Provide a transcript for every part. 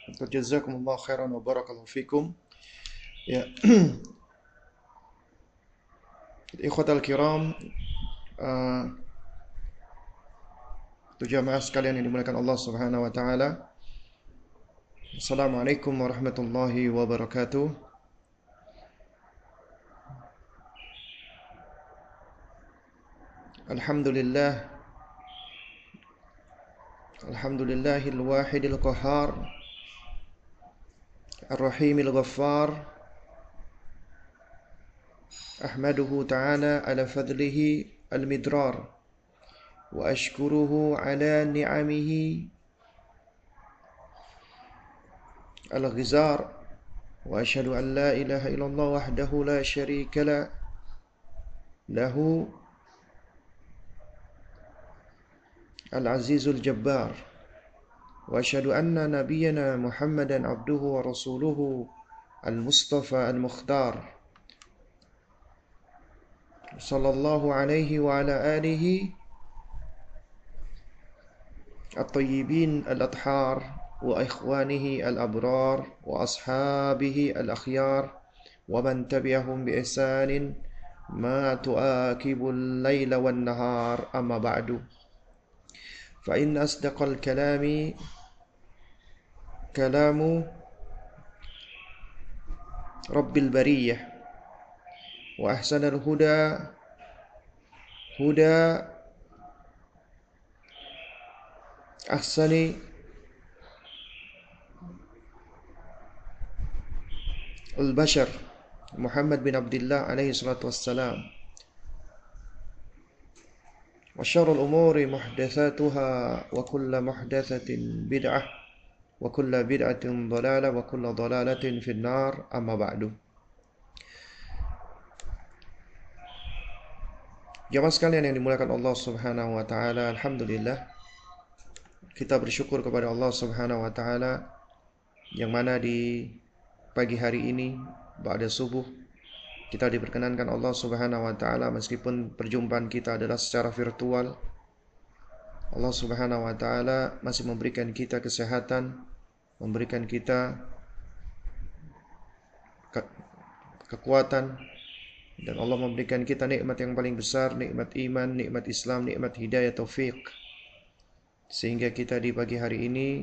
Jazakumullah khairan wa barakallahu fikum. Ya, ikhwatal kiram, uh, jamaah sekalian yang dimuliakan Allah Subhanahu wa taala. Assalamualaikum warahmatullahi wabarakatuh. Alhamdulillah, alhamdulillahil wahidil qahhar, ar-rahimil ghaffar. Ahmaduhu ta'ala ala fadlihi al-midrar wa ashkuruhu ala ni'amihi al-ghizar wa ashhadu an la ilaha illallah wahdahu la syarika lahu al-azizul jabbar wa ashhadu anna nabiyyana Muhammadan abduhu wa rasuluhu al-mustafa al-mukhtar sallallahu alaihi wa ala alihi at-tayyibin al-athhar wa ikhwanihi al-abrar wa ashabihi al-akhyar wa man tabi'ahum bi ihsanin ma tu'akibul laila wan nahar, amma ba'du. Fa inna asdaqal kalami kalamu rabbil bariyah wa ahsanal huda huda ahsani al-bashar Muhammad bin Abdullah alaihi salatu wassalam. Wa syarrul umuri muhdatsatuha wa kullu muhdatsatin bid'ah wa kullu bid'atin dhalalah wa kullu dhalalatin fin nar, amma ba'du. Jamaah sekalian yang dimuliakan Allah Subhanahu wa taala, alhamdulillah kita bersyukur kepada Allah Subhanahu wa taala yang mana di pagi hari ini ba'da subuh kita diperkenankan Allah Subhanahu wa taala, meskipun perjumpaan kita adalah secara virtual, Allah Subhanahu wa taala masih memberikan kita kesehatan, memberikan kita kekuatan, dan Allah memberikan kita nikmat yang paling besar, nikmat iman, nikmat Islam, nikmat hidayah taufik, sehingga kita di pagi hari ini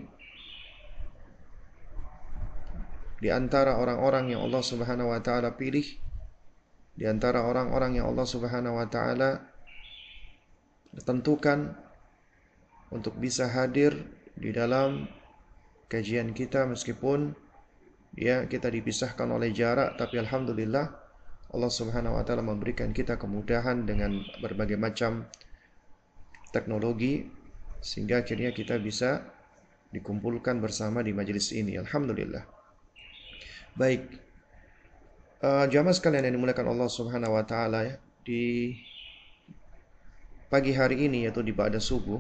di antara orang-orang yang Allah Subhanahu wa taala pilih, di antara orang-orang yang Allah Subhanahu wa taala tentukan untuk bisa hadir di dalam kajian kita, meskipun ya kita dipisahkan oleh jarak, tapi alhamdulillah Allah Subhanahu wa taala memberikan kita kemudahan dengan berbagai macam teknologi, sehingga akhirnya kita bisa dikumpulkan bersama di majelis ini, alhamdulillah. Baik, jamaah sekalian yang dimuliakan Allah Subhanahu wa taala, ya, di pagi hari ini yaitu di ba'da subuh,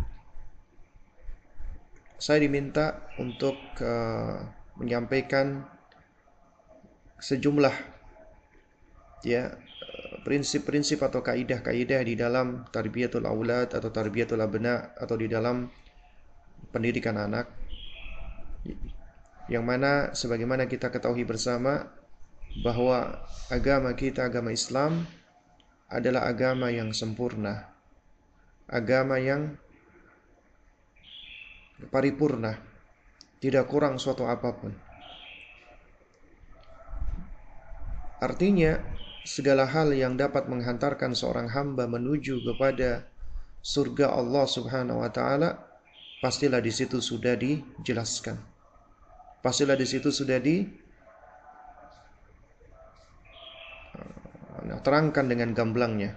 saya diminta untuk menyampaikan sejumlah prinsip-prinsip atau kaidah-kaidah di dalam tarbiyatul aulad atau tarbiyatul abna, atau di dalam pendidikan anak, yang mana sebagaimana kita ketahui bersama bahwa agama kita, agama Islam adalah agama yang sempurna, agama yang paripurna, tidak kurang suatu apapun. Artinya segala hal yang dapat menghantarkan seorang hamba menuju kepada surga Allah Subhanahu wa taala, pastilah di situ sudah dijelaskan. Pastilah di situ sudah diterangkan dengan gamblangnya.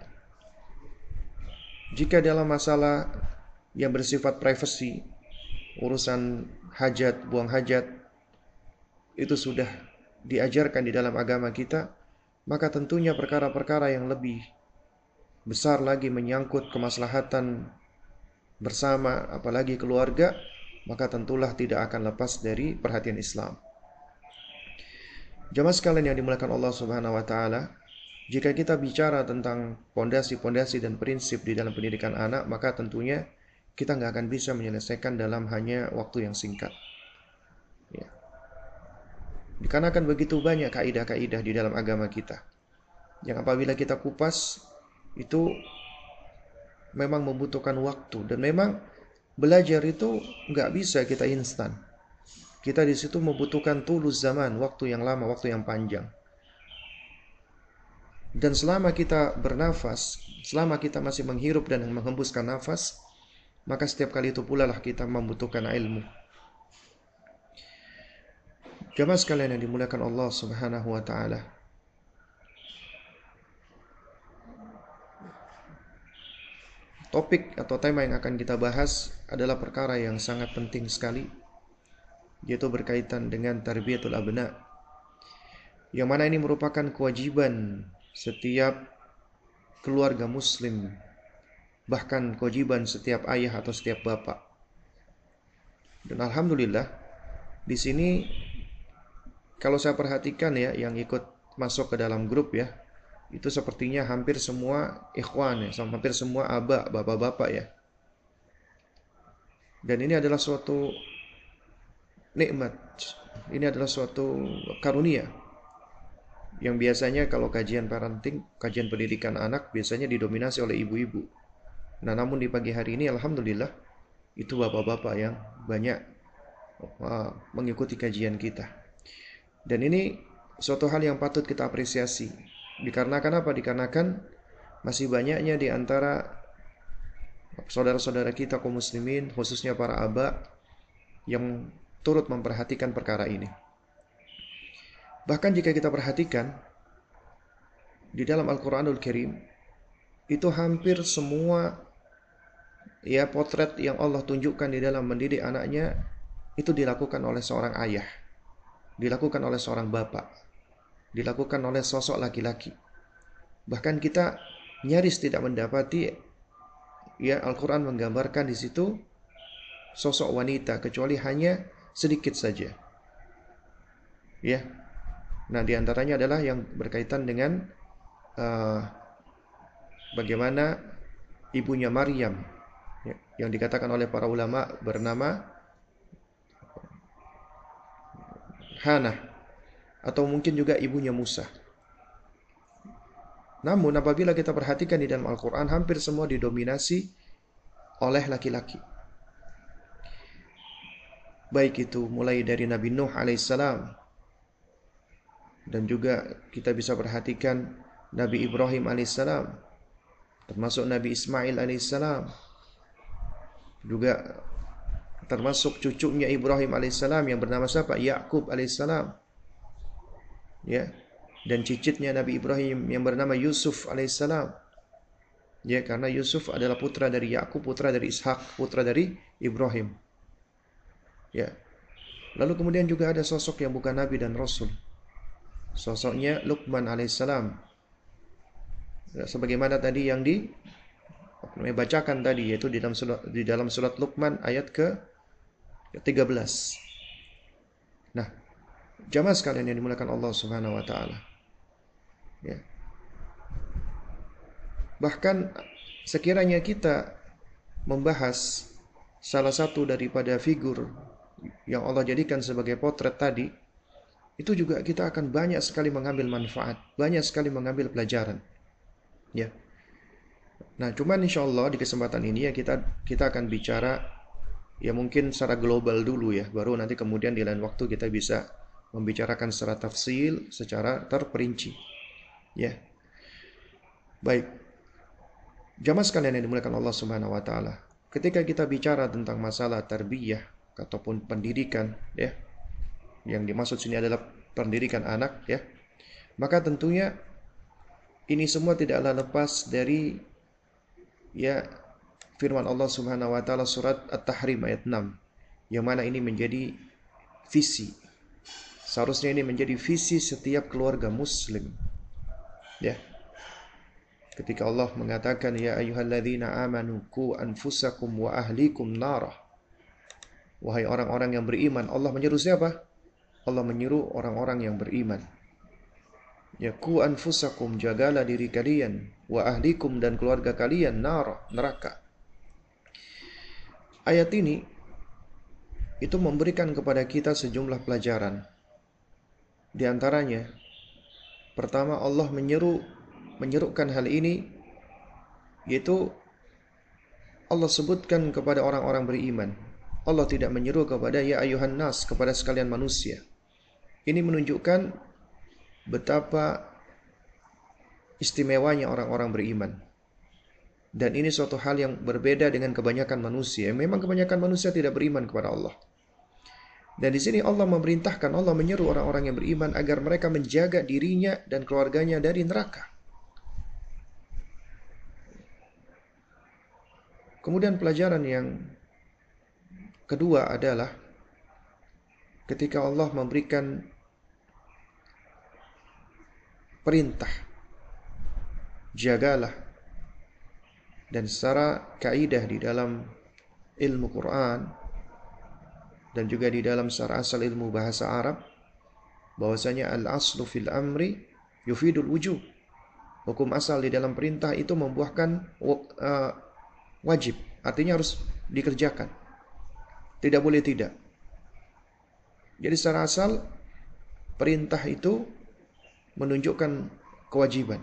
Jika dalam masalah yang bersifat privasi, urusan hajat, buang hajat, itu sudah diajarkan di dalam agama kita, maka tentunya perkara-perkara yang lebih besar lagi menyangkut kemaslahatan bersama, apalagi keluarga, maka tentulah tidak akan lepas dari perhatian Islam. Jamaah sekalian yang dimuliakan Allah Subhanahu wa taala, jika kita bicara tentang pondasi-pondasi dan prinsip di dalam pendidikan anak, maka tentunya kita nggak akan bisa menyelesaikan dalam hanya waktu yang singkat. Dikarenakan begitu banyak kaidah-kaidah di dalam agama kita, yang apabila kita kupas, itu memang membutuhkan waktu. Dan memang belajar itu nggak bisa kita instan. Kita di situ membutuhkan tulus zaman, waktu yang lama, waktu yang panjang. Dan selama kita bernafas, selama kita masih menghirup dan menghembuskan nafas, maka setiap kali itu pula lah kita membutuhkan ilmu. Jamaah sekalian yang dimuliakan Allah Subhanahu wa taala. Topik atau tema yang akan kita bahas adalah perkara yang sangat penting sekali, yaitu berkaitan dengan tarbiyatul abna, yang mana ini merupakan kewajiban setiap keluarga muslim, bahkan kewajiban setiap ayah atau setiap bapak. Dan alhamdulillah di sini kalau saya perhatikan ya, yang ikut masuk ke dalam grup ya, itu sepertinya hampir semua ikhwan ya, hampir semua aba, bapak-bapak ya. Dan ini adalah suatu nikmat, ini adalah suatu karunia, yang biasanya kalau kajian parenting, kajian pendidikan anak biasanya didominasi oleh ibu-ibu. Nah, namun di pagi hari ini alhamdulillah itu bapak-bapak yang banyak mengikuti kajian kita. Dan ini suatu hal yang patut kita apresiasi. Dikarenakan apa? Dikarenakan masih banyaknya di antara saudara-saudara kita kaum muslimin, khususnya para aba, yang turut memperhatikan perkara ini. Bahkan jika kita perhatikan di dalam Al-Quranul Karim, itu hampir semua ya potret yang Allah tunjukkan di dalam mendidik anaknya itu dilakukan oleh seorang ayah, dilakukan oleh seorang bapak, dilakukan oleh sosok laki-laki. Bahkan kita nyaris tidak mendapati ya Al-Quran menggambarkan di situ sosok wanita, kecuali hanya sedikit saja. Ya, nah di antaranya adalah yang berkaitan dengan bagaimana ibunya Maryam, ya, yang dikatakan oleh para ulama bernama Hana, atau mungkin juga ibunya Musa. Namun apabila kita perhatikan di dalam Al-Quran, hampir semua didominasi oleh laki-laki. Baik itu mulai dari Nabi Nuh alaihissalam, dan juga kita bisa perhatikan Nabi Ibrahim alaihissalam, termasuk Nabi Ismail alaihissalam, juga termasuk cucunya Ibrahim alaihissalam yang bernama siapa? Yakub alaihissalam. Ya, dan cicitnya Nabi Ibrahim yang bernama Yusuf alaihissalam. Ya, karena Yusuf adalah putra dari Yakub, putra dari Ishak, putra dari Ibrahim. Ya. Lalu kemudian juga ada sosok yang bukan nabi dan rasul. Sosoknya Luqman alaihissalam. Ya, sebagaimana tadi yang dibacakan tadi, yaitu di dalam surat Luqman ayat ke-13. Nah, jamaah sekalian yang dimuliakan Allah Subhanahu wa taala. Ya. Bahkan sekiranya kita membahas salah satu daripada figur yang Allah jadikan sebagai potret tadi, itu juga kita akan banyak sekali mengambil manfaat, banyak sekali mengambil pelajaran. Ya. Nah, cuman insya Allah di kesempatan ini ya kita akan bicara ya mungkin secara global dulu ya, baru nanti kemudian di lain waktu kita bisa membicarakan secara tafsil, secara terperinci. Ya. Baik. Jamaah sekalian yang dimuliakan Allah Subhanahu wa taala. Ketika kita bicara tentang masalah tarbiyah ataupun pendidikan ya, yang dimaksud sini adalah pendidikan anak ya, maka tentunya ini semua tidaklah lepas dari ya firman Allah Subhanahu wa taala surat At-Tahrim ayat 6, yang mana ini menjadi visi. Seharusnya ini menjadi visi setiap keluarga muslim. Ya. Ketika Allah mengatakan ya ayyuhalladzina amanu qu anfusakum wa ahlikum narah. Wahai orang-orang yang beriman, Allah menyeru siapa? Allah menyeru orang-orang yang beriman. Ya qu anfusakum, jagalah diri kalian, wa ahlikum, dan keluarga kalian, narah, neraka. Ayat ini itu memberikan kepada kita sejumlah pelajaran. Di antaranya, pertama Allah menyerukan hal ini, yaitu Allah sebutkan kepada orang-orang beriman. Allah tidak menyeru kepada ya ayuhan nas, kepada sekalian manusia. Ini menunjukkan betapa istimewanya orang-orang beriman. Dan ini suatu hal yang berbeda dengan kebanyakan manusia. Memang kebanyakan manusia tidak beriman kepada Allah. Dan di sini Allah memerintahkan, Allah menyeru orang-orang yang beriman agar mereka menjaga dirinya dan keluarganya dari neraka. Kemudian pelajaran yang kedua adalah ketika Allah memberikan perintah, jagalah, dan secara kaidah di dalam ilmu Quran dan juga di dalam secara asal ilmu bahasa Arab, bahwasanya al-aslu fil amri yufidul wujub. Hukum asal di dalam perintah itu membuahkan wajib, artinya harus dikerjakan. Tidak boleh tidak. Jadi secara asal perintah itu menunjukkan kewajiban.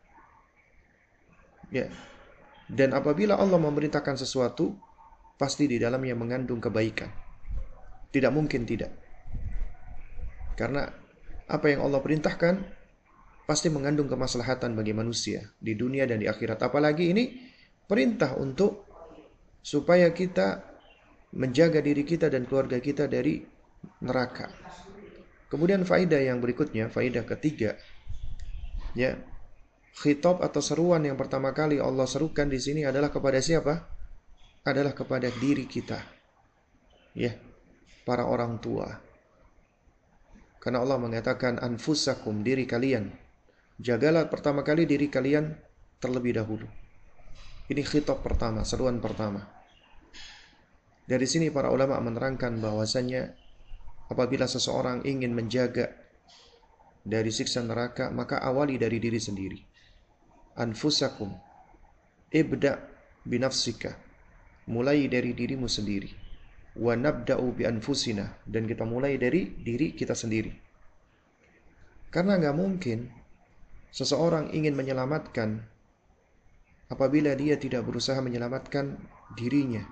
Ya. Dan apabila Allah memerintahkan sesuatu, pasti di dalamnya mengandung kebaikan. Tidak mungkin tidak. Karena apa yang Allah perintahkan pasti mengandung kemaslahatan bagi manusia di dunia dan di akhirat. Apalagi ini perintah untuk supaya kita menjaga diri kita dan keluarga kita dari neraka. Kemudian faedah yang berikutnya, faedah ketiga, ya, khitab atau seruan yang pertama kali Allah serukan di sini adalah kepada siapa? Adalah kepada diri kita, ya, para orang tua. Karena Allah mengatakan anfusakum, diri kalian. Jagalah pertama kali diri kalian terlebih dahulu. Ini khitab pertama, seruan pertama. Dari sini para ulama menerangkan bahwasanya apabila seseorang ingin menjaga dari siksa neraka, maka awali dari diri sendiri. Anfusakum, ibda binafsika, mulai dari dirimu sendiri. Wa nabda'u bi anfusina, dan kita mulai dari diri kita sendiri. Karena nggak mungkin seseorang ingin menyelamatkan apabila dia tidak berusaha menyelamatkan dirinya.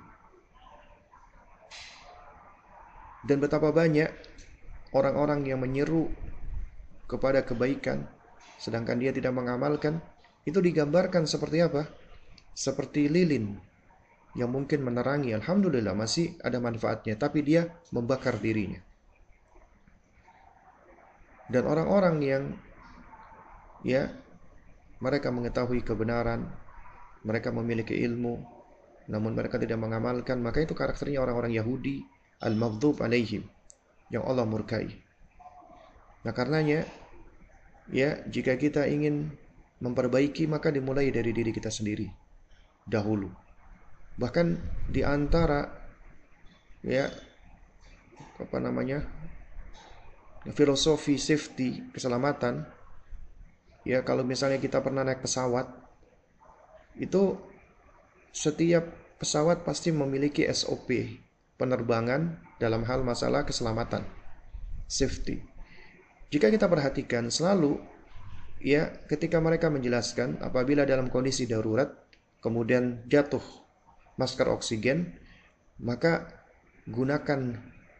Dan betapa banyak orang-orang yang menyeru kepada kebaikan sedangkan dia tidak mengamalkan, itu digambarkan seperti apa? Seperti lilin yang mungkin menerangi, alhamdulillah masih ada manfaatnya, tapi dia membakar dirinya. Dan orang-orang yang ya mereka mengetahui kebenaran, mereka memiliki ilmu, namun mereka tidak mengamalkan, maka itu karakternya orang-orang Yahudi al-maghdub alaihim, yang Allah murkai. Nah karenanya, ya, jika kita ingin memperbaiki, maka dimulai dari diri kita sendiri dahulu. Bahkan di antara ya filosofi safety, keselamatan, ya, kalau misalnya kita pernah naik pesawat, itu setiap pesawat pasti memiliki SOP penerbangan dalam hal masalah keselamatan, safety. Jika kita perhatikan selalu, ya, ketika mereka menjelaskan apabila dalam kondisi darurat kemudian jatuh masker oksigen, maka gunakan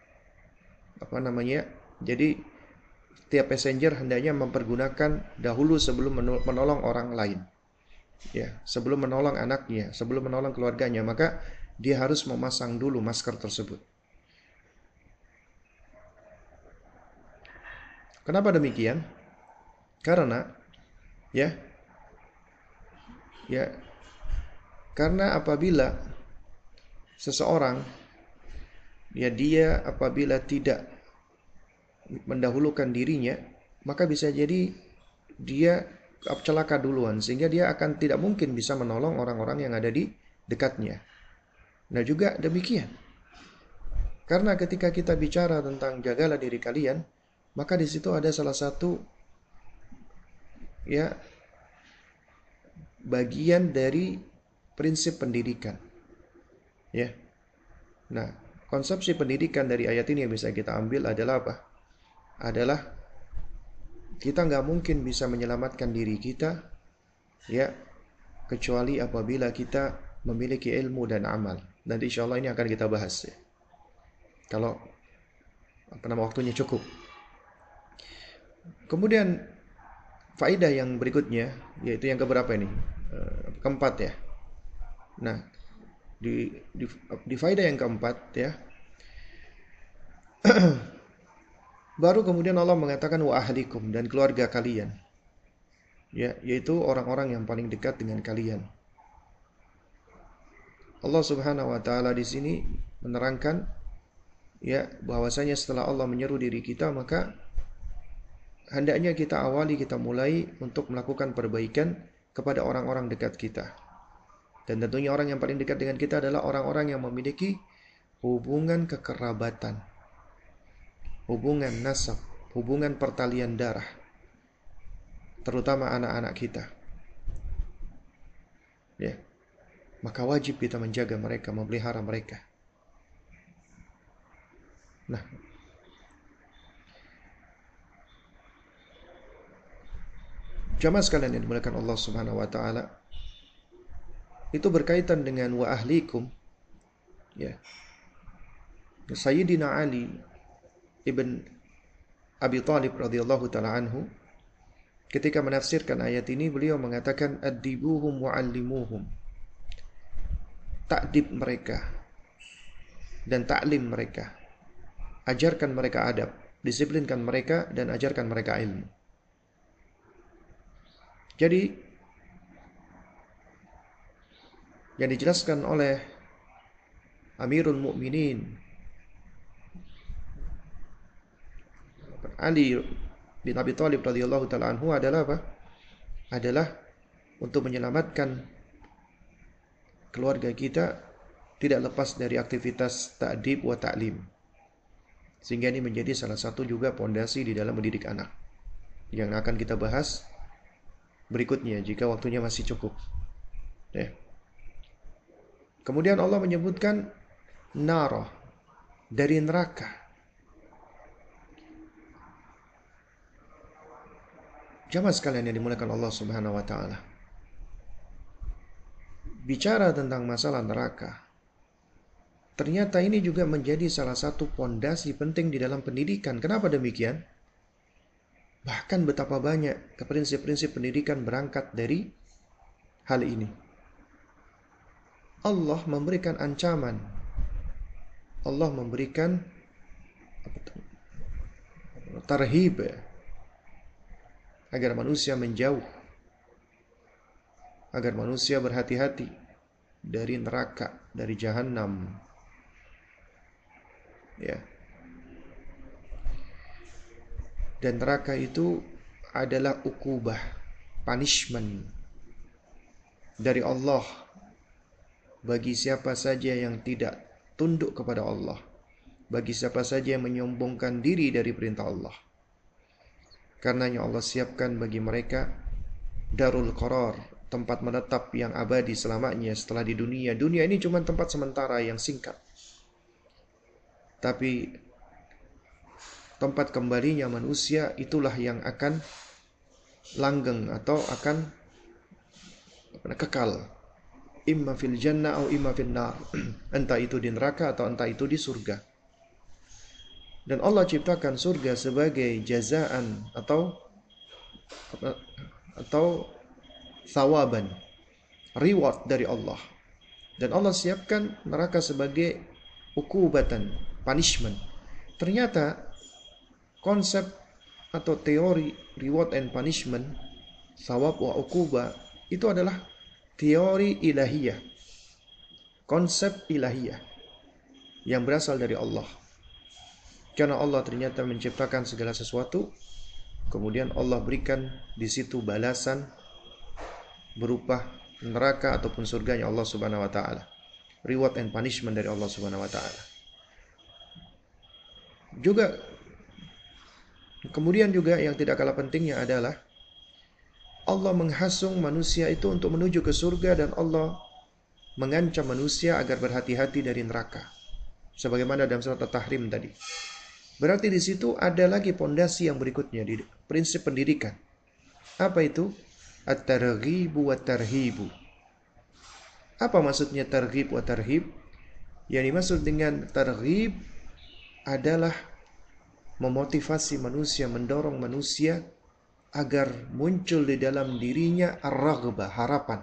jadi tiap passenger hendaknya mempergunakan dahulu sebelum menolong orang lain, ya, sebelum menolong anaknya, sebelum menolong keluarganya, maka dia harus memasang dulu masker tersebut. Kenapa demikian? Karena ya karena apabila seseorang dia apabila tidak mendahulukan dirinya, maka bisa jadi dia celaka duluan, sehingga dia akan tidak mungkin bisa menolong orang-orang yang ada di dekatnya. Nah juga demikian, karena ketika kita bicara tentang jagalah diri kalian, maka di situ ada salah satu ya bagian dari prinsip pendidikan. Ya. Nah, konsepsi pendidikan dari ayat ini yang bisa kita ambil adalah apa? Adalah Kita nggak mungkin bisa menyelamatkan diri kita, ya, kecuali apabila kita memiliki ilmu dan amal. Nanti insya Allah ini akan kita bahas, ya. Kalau waktunya cukup. Kemudian faedah yang berikutnya, yaitu yang keberapa ini? Keempat, ya. Nah, di faedah yang keempat, ya, baru kemudian Allah mengatakan wa ahlikum, dan keluarga kalian, ya, yaitu orang-orang yang paling dekat dengan kalian. Allah Subhanahu wa taala di sini menerangkan, ya, bahwasanya setelah Allah menyeru diri kita, maka hendaknya kita mulai untuk melakukan perbaikan kepada orang-orang dekat kita. Dan tentunya orang yang paling dekat dengan kita adalah orang-orang yang memiliki hubungan kekerabatan, hubungan nasab, hubungan pertalian darah, terutama anak-anak kita. Ya. Maka wajib kita menjaga mereka, memelihara mereka. Nah, jamaah sekalian yang dimuliakan Allah Subhanahu wa taala, itu berkaitan dengan wa ahlikum, ya. Sayyidina Ali ibn Abi Thalib radhiyallahu taala anhu ketika menafsirkan ayat ini, beliau mengatakan addibuhum wa'allimuhum. Ta'dib mereka dan ta'lim mereka. Ajarkan mereka adab, disiplinkan mereka dan ajarkan mereka ilmu. Jadi yang dijelaskan oleh Amirul Mukminin Ali bin Abi Thalib radhiyallahu taala anhu adalah apa? Adalah untuk menyelamatkan keluarga kita tidak lepas dari aktivitas ta'dib wa ta'lim. Sehingga ini menjadi salah satu juga pondasi di dalam mendidik anak, yang akan kita bahas berikutnya jika waktunya masih cukup. Ya. Kemudian Allah menyebutkan nara, dari neraka. Jamaah sekalian yang dimuliakan Allah Subhanahu wa taala, bicara tentang masalah neraka, ternyata ini juga menjadi salah satu pondasi penting di dalam pendidikan. Kenapa demikian? Bahkan betapa banyak prinsip-prinsip pendidikan berangkat dari hal ini. Allah memberikan ancaman, Allah memberikan tarhib agar manusia menjauh, agar manusia berhati-hati dari neraka, dari jahanam. Ya. Dan neraka itu adalah ukubah, punishment dari Allah bagi siapa saja yang tidak tunduk kepada Allah, bagi siapa saja yang menyombongkan diri dari perintah Allah. Karenanya Allah siapkan bagi mereka darul qarar, tempat menetap yang abadi selamanya setelah di dunia. Dunia ini cuma tempat sementara yang singkat, tapi tempat kembalinya manusia itulah yang akan langgeng atau akan kekal. Imma fil jannah atau imma fil nar. Entah itu di neraka atau entah itu di surga. Dan Allah ciptakan surga sebagai jazaan atau thawaban, reward dari Allah. Dan Allah siapkan neraka sebagai ukubatan, punishment. Ternyata konsep atau teori reward and punishment, thawab wa ukubah, itu adalah teori ilahiyah, konsep ilahiyah yang berasal dari Allah. Karena Allah ternyata menciptakan segala sesuatu, kemudian Allah berikan di situ balasan berupa neraka ataupun surganya Allah Subhanahu wa taala. Reward and punishment dari Allah Subhanahu wa taala. Kemudian juga yang tidak kalah pentingnya adalah Allah menghasung manusia itu untuk menuju ke surga, dan Allah mengancam manusia agar berhati-hati dari neraka. Sebagaimana dalam surat At-Tahrim tadi. Berarti di situ ada lagi pondasi yang berikutnya di prinsip pendidikan. Apa itu? At-targhibu wa tarhibu. Apa maksudnya targhib wa tarhib? Yang dimaksud dengan targhib adalah memotivasi manusia, mendorong manusia agar muncul di dalam dirinya ar-raghbah, harapan,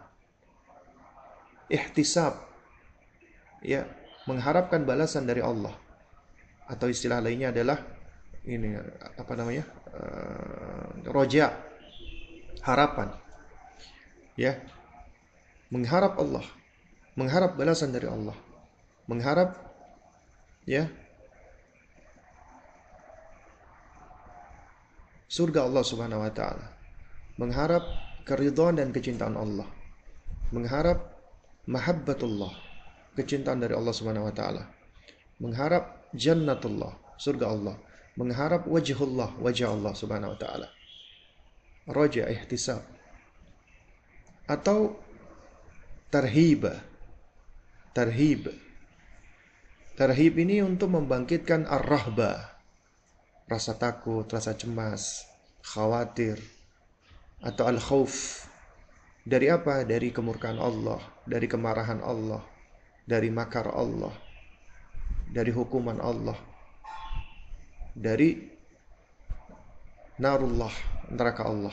ihtisab, ya, mengharapkan balasan dari Allah. Atau istilah lainnya adalah ini apa namanya? Roja, harapan, ya, mengharap Allah, mengharap balasan dari Allah, mengharap, ya, surga Allah Subhanahu wa taala, mengharap keridhaan dan kecintaan Allah, mengharap mahabbatullah, kecintaan dari Allah Subhanahu wa taala, mengharap jannatullah, surga Allah, mengharap wajhullah, wajah Allah Subhanahu wa taala. Raja, ihtisab. Atau tarhib. Tarhib. Tarhib ini untuk membangkitkan ar-rahbah, rasa takut, rasa cemas, khawatir, atau al-khauf. Dari apa? Dari kemurkaan Allah, dari kemarahan Allah, dari makar Allah, dari hukuman Allah, dari narullah, neraka Allah.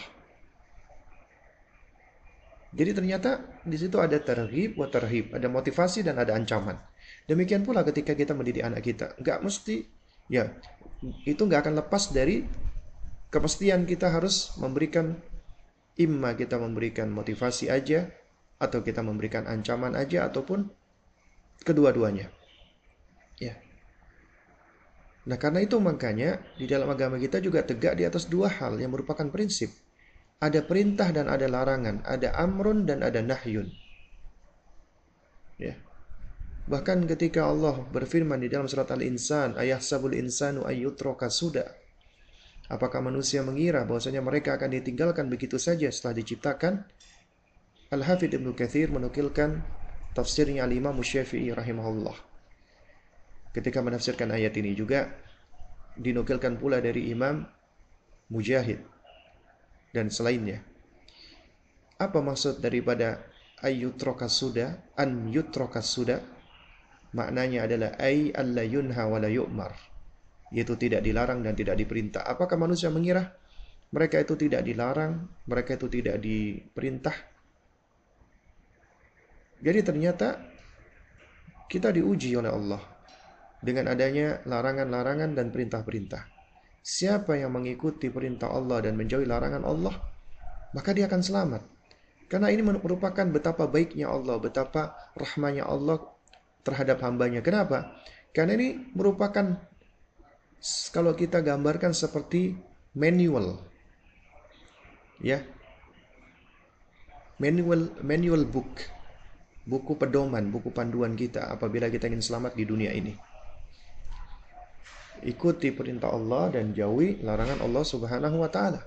Jadi ternyata di situ ada targhib wa tarhib, ada motivasi dan ada ancaman. Demikian pula ketika kita mendidik anak kita, nggak mesti, ya, itu nggak akan lepas dari kepastian kita harus memberikan, imma kita memberikan motivasi aja, atau kita memberikan ancaman aja, ataupun kedua-duanya. Ya. Nah, karena itu makanya di dalam agama kita juga tegak di atas dua hal yang merupakan prinsip. Ada perintah dan ada larangan, ada amrun dan ada nahyun. Ya. Bahkan ketika Allah berfirman di dalam surat Al-Insan, ayahsabul insanu ayyutraka suda. Apakah manusia mengira bahwasanya mereka akan ditinggalkan begitu saja setelah diciptakan? Al-Hafidz Ibnu Katsir menukilkan tafsirnya Al-Imam Syafi'i rahimahullah. Ketika menafsirkan ayat ini juga dinukilkan pula dari Imam Mujahid dan selainnya. Apa maksud daripada ayyutraka suda, an yutraka suda? Maknanya adalah ay alla yunha wa la yu'mar, yaitu tidak dilarang dan tidak diperintah. Apakah manusia mengira mereka itu tidak dilarang, mereka itu tidak diperintah? Jadi ternyata kita diuji oleh Allah dengan adanya larangan-larangan dan perintah-perintah. Siapa yang mengikuti perintah Allah dan menjauhi larangan Allah, maka dia akan selamat. Karena ini merupakan betapa baiknya Allah, betapa rahmanya Allah terhadap hambanya. Kenapa? Karena ini merupakan, kalau kita gambarkan seperti manual, ya, manual book, buku pedoman, buku panduan kita apabila kita ingin selamat di dunia ini. Ikuti perintah Allah dan jauhi larangan Allah Subhanahu wa taala.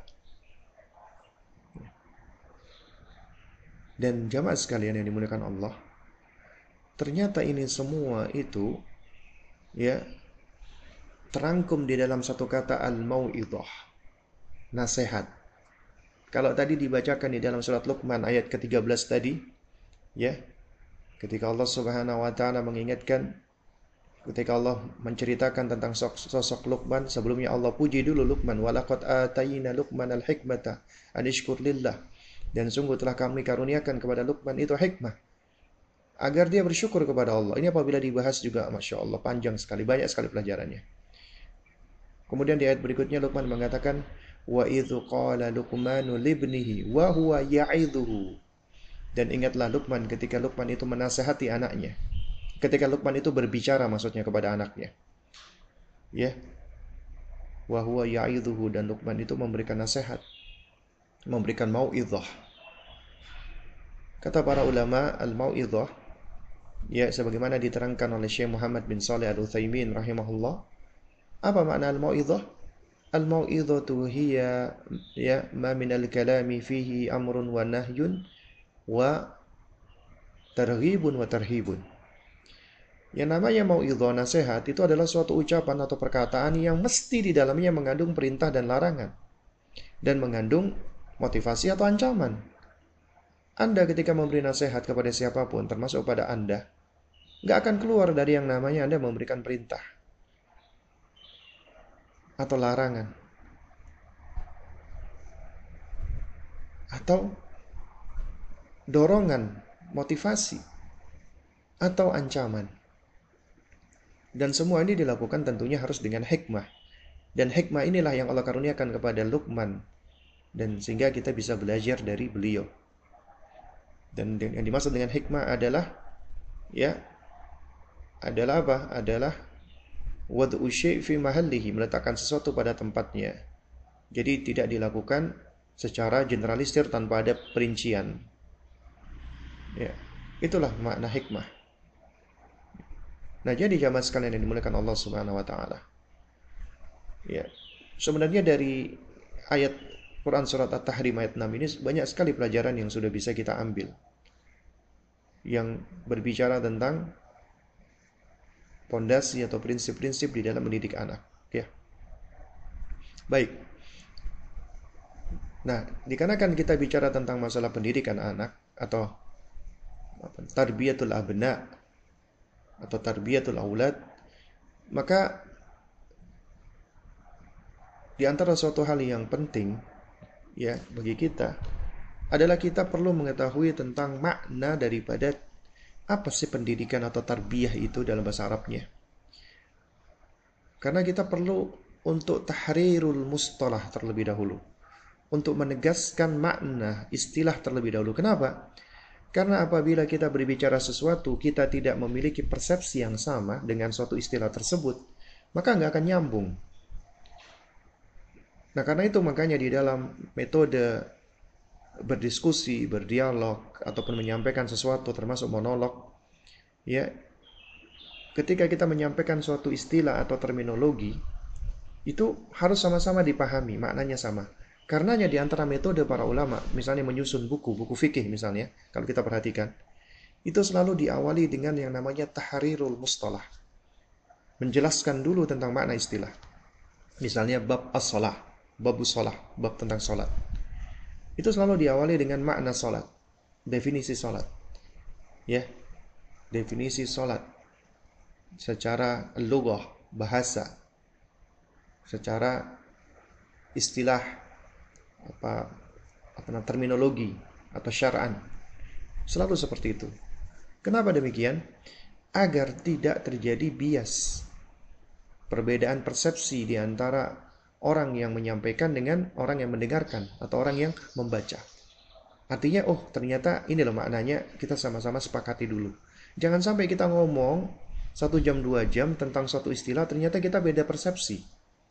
Dan jamaah sekalian yang dimuliakan Allah, ternyata ini semua itu, ya, terangkum di dalam satu kata al-mau'idhah, nasihat. Kalau tadi dibacakan di dalam surat Luqman ayat ke-13 tadi, ya, ketika Allah Subhanahu wa taala mengingatkan, ketika Allah menceritakan tentang sosok Luqman, sebelumnya Allah puji dulu Luqman, walaqad atayna Luqman al-hikmata an ishkur lillah, dan sungguh telah kami karuniakan kepada Luqman itu hikmah agar dia bersyukur kepada Allah. Ini apabila dibahas juga, Masya Allah, panjang sekali, banyak sekali pelajarannya. Kemudian di ayat berikutnya Luqman mengatakan, wa idzu qala Luqmanu libnihi wa huwa ya'idhuhu. Dan ingatlah Luqman ketika Luqman itu menasihati anaknya. Ketika Luqman itu berbicara maksudnya kepada anaknya. Ya. Wa huwa ya'idhuhu, dan Luqman itu memberikan nasihat, memberikan mau'idhah. Kata para ulama, al-mau'idhah, ya, sebagaimana diterangkan oleh Syekh Muhammad bin Shalih Al-Utsaimin rahimahullah. Apa makna al-mau'idhah? Al-mau'idhatu hiya, ya, ma min al-kalami fihi amrun wa nahyun wa targhibun wa tarhibun. Yang namanya mauidhah nasihat itu adalah suatu ucapan atau perkataan yang mesti di dalamnya mengandung perintah dan larangan dan mengandung motivasi atau ancaman. Anda ketika memberi nasihat kepada siapapun, termasuk pada Anda, nggak akan keluar dari yang namanya Anda memberikan perintah atau larangan atau dorongan, motivasi atau ancaman. Dan semua ini dilakukan tentunya harus dengan hikmah. Dan hikmah inilah yang Allah karuniakan kepada Luqman. Dan sehingga kita bisa belajar dari beliau. Dan yang dimaksud dengan hikmah adalah adalah apa? Adalah wad'u syai' fi mahallihi, meletakkan sesuatu pada tempatnya. Jadi tidak dilakukan secara generalisir tanpa ada perincian. Ya, itulah makna hikmah. Nah, jadi jamaah sekalian yang dimuliakan Allah Subhanahu wa taala. Ya. Sebenarnya dari ayat Quran surat At-Tahrim ayat 6 ini banyak sekali pelajaran yang sudah bisa kita ambil. Yang berbicara tentang pondasi atau prinsip-prinsip di dalam mendidik anak, ya. Baik. Nah, dikarenakan kita bicara tentang masalah pendidikan anak atau tarbiyatul abna atau tarbiyatul aulad, maka di antara suatu hal yang penting ya bagi kita adalah kita perlu mengetahui tentang makna daripada apa sih pendidikan atau tarbiyah itu dalam bahasa Arabnya. Karena kita perlu untuk tahrirul mustalah terlebih dahulu, untuk menegaskan makna istilah terlebih dahulu. Kenapa? Karena apabila kita berbicara sesuatu, kita tidak memiliki persepsi yang sama dengan suatu istilah tersebut, maka nggak akan nyambung. Nah, karena itu makanya di dalam metode berdiskusi, berdialog, ataupun menyampaikan sesuatu termasuk monolog, ya, ketika kita menyampaikan suatu istilah atau terminologi, itu harus sama-sama dipahami, maknanya sama. Karenanya di antara metode para ulama, misalnya menyusun buku fikih misalnya, kalau kita perhatikan, itu selalu diawali dengan yang namanya tahrirul mustalah. Menjelaskan dulu tentang makna istilah. Misalnya bab as-shalah, babus shalah, bab tentang salat. Itu selalu diawali dengan makna salat, definisi salat. Ya, definisi salat secara lughah, bahasa, secara istilah terminologi atau syar'an. Selalu seperti itu. Kenapa demikian? Agar tidak terjadi bias, perbedaan persepsi di antara orang yang menyampaikan dengan orang yang mendengarkan atau orang yang membaca. Artinya, oh ternyata ini loh maknanya, kita sama-sama sepakati dulu. Jangan sampai kita ngomong 1 jam 2 jam tentang suatu istilah, ternyata kita beda persepsi.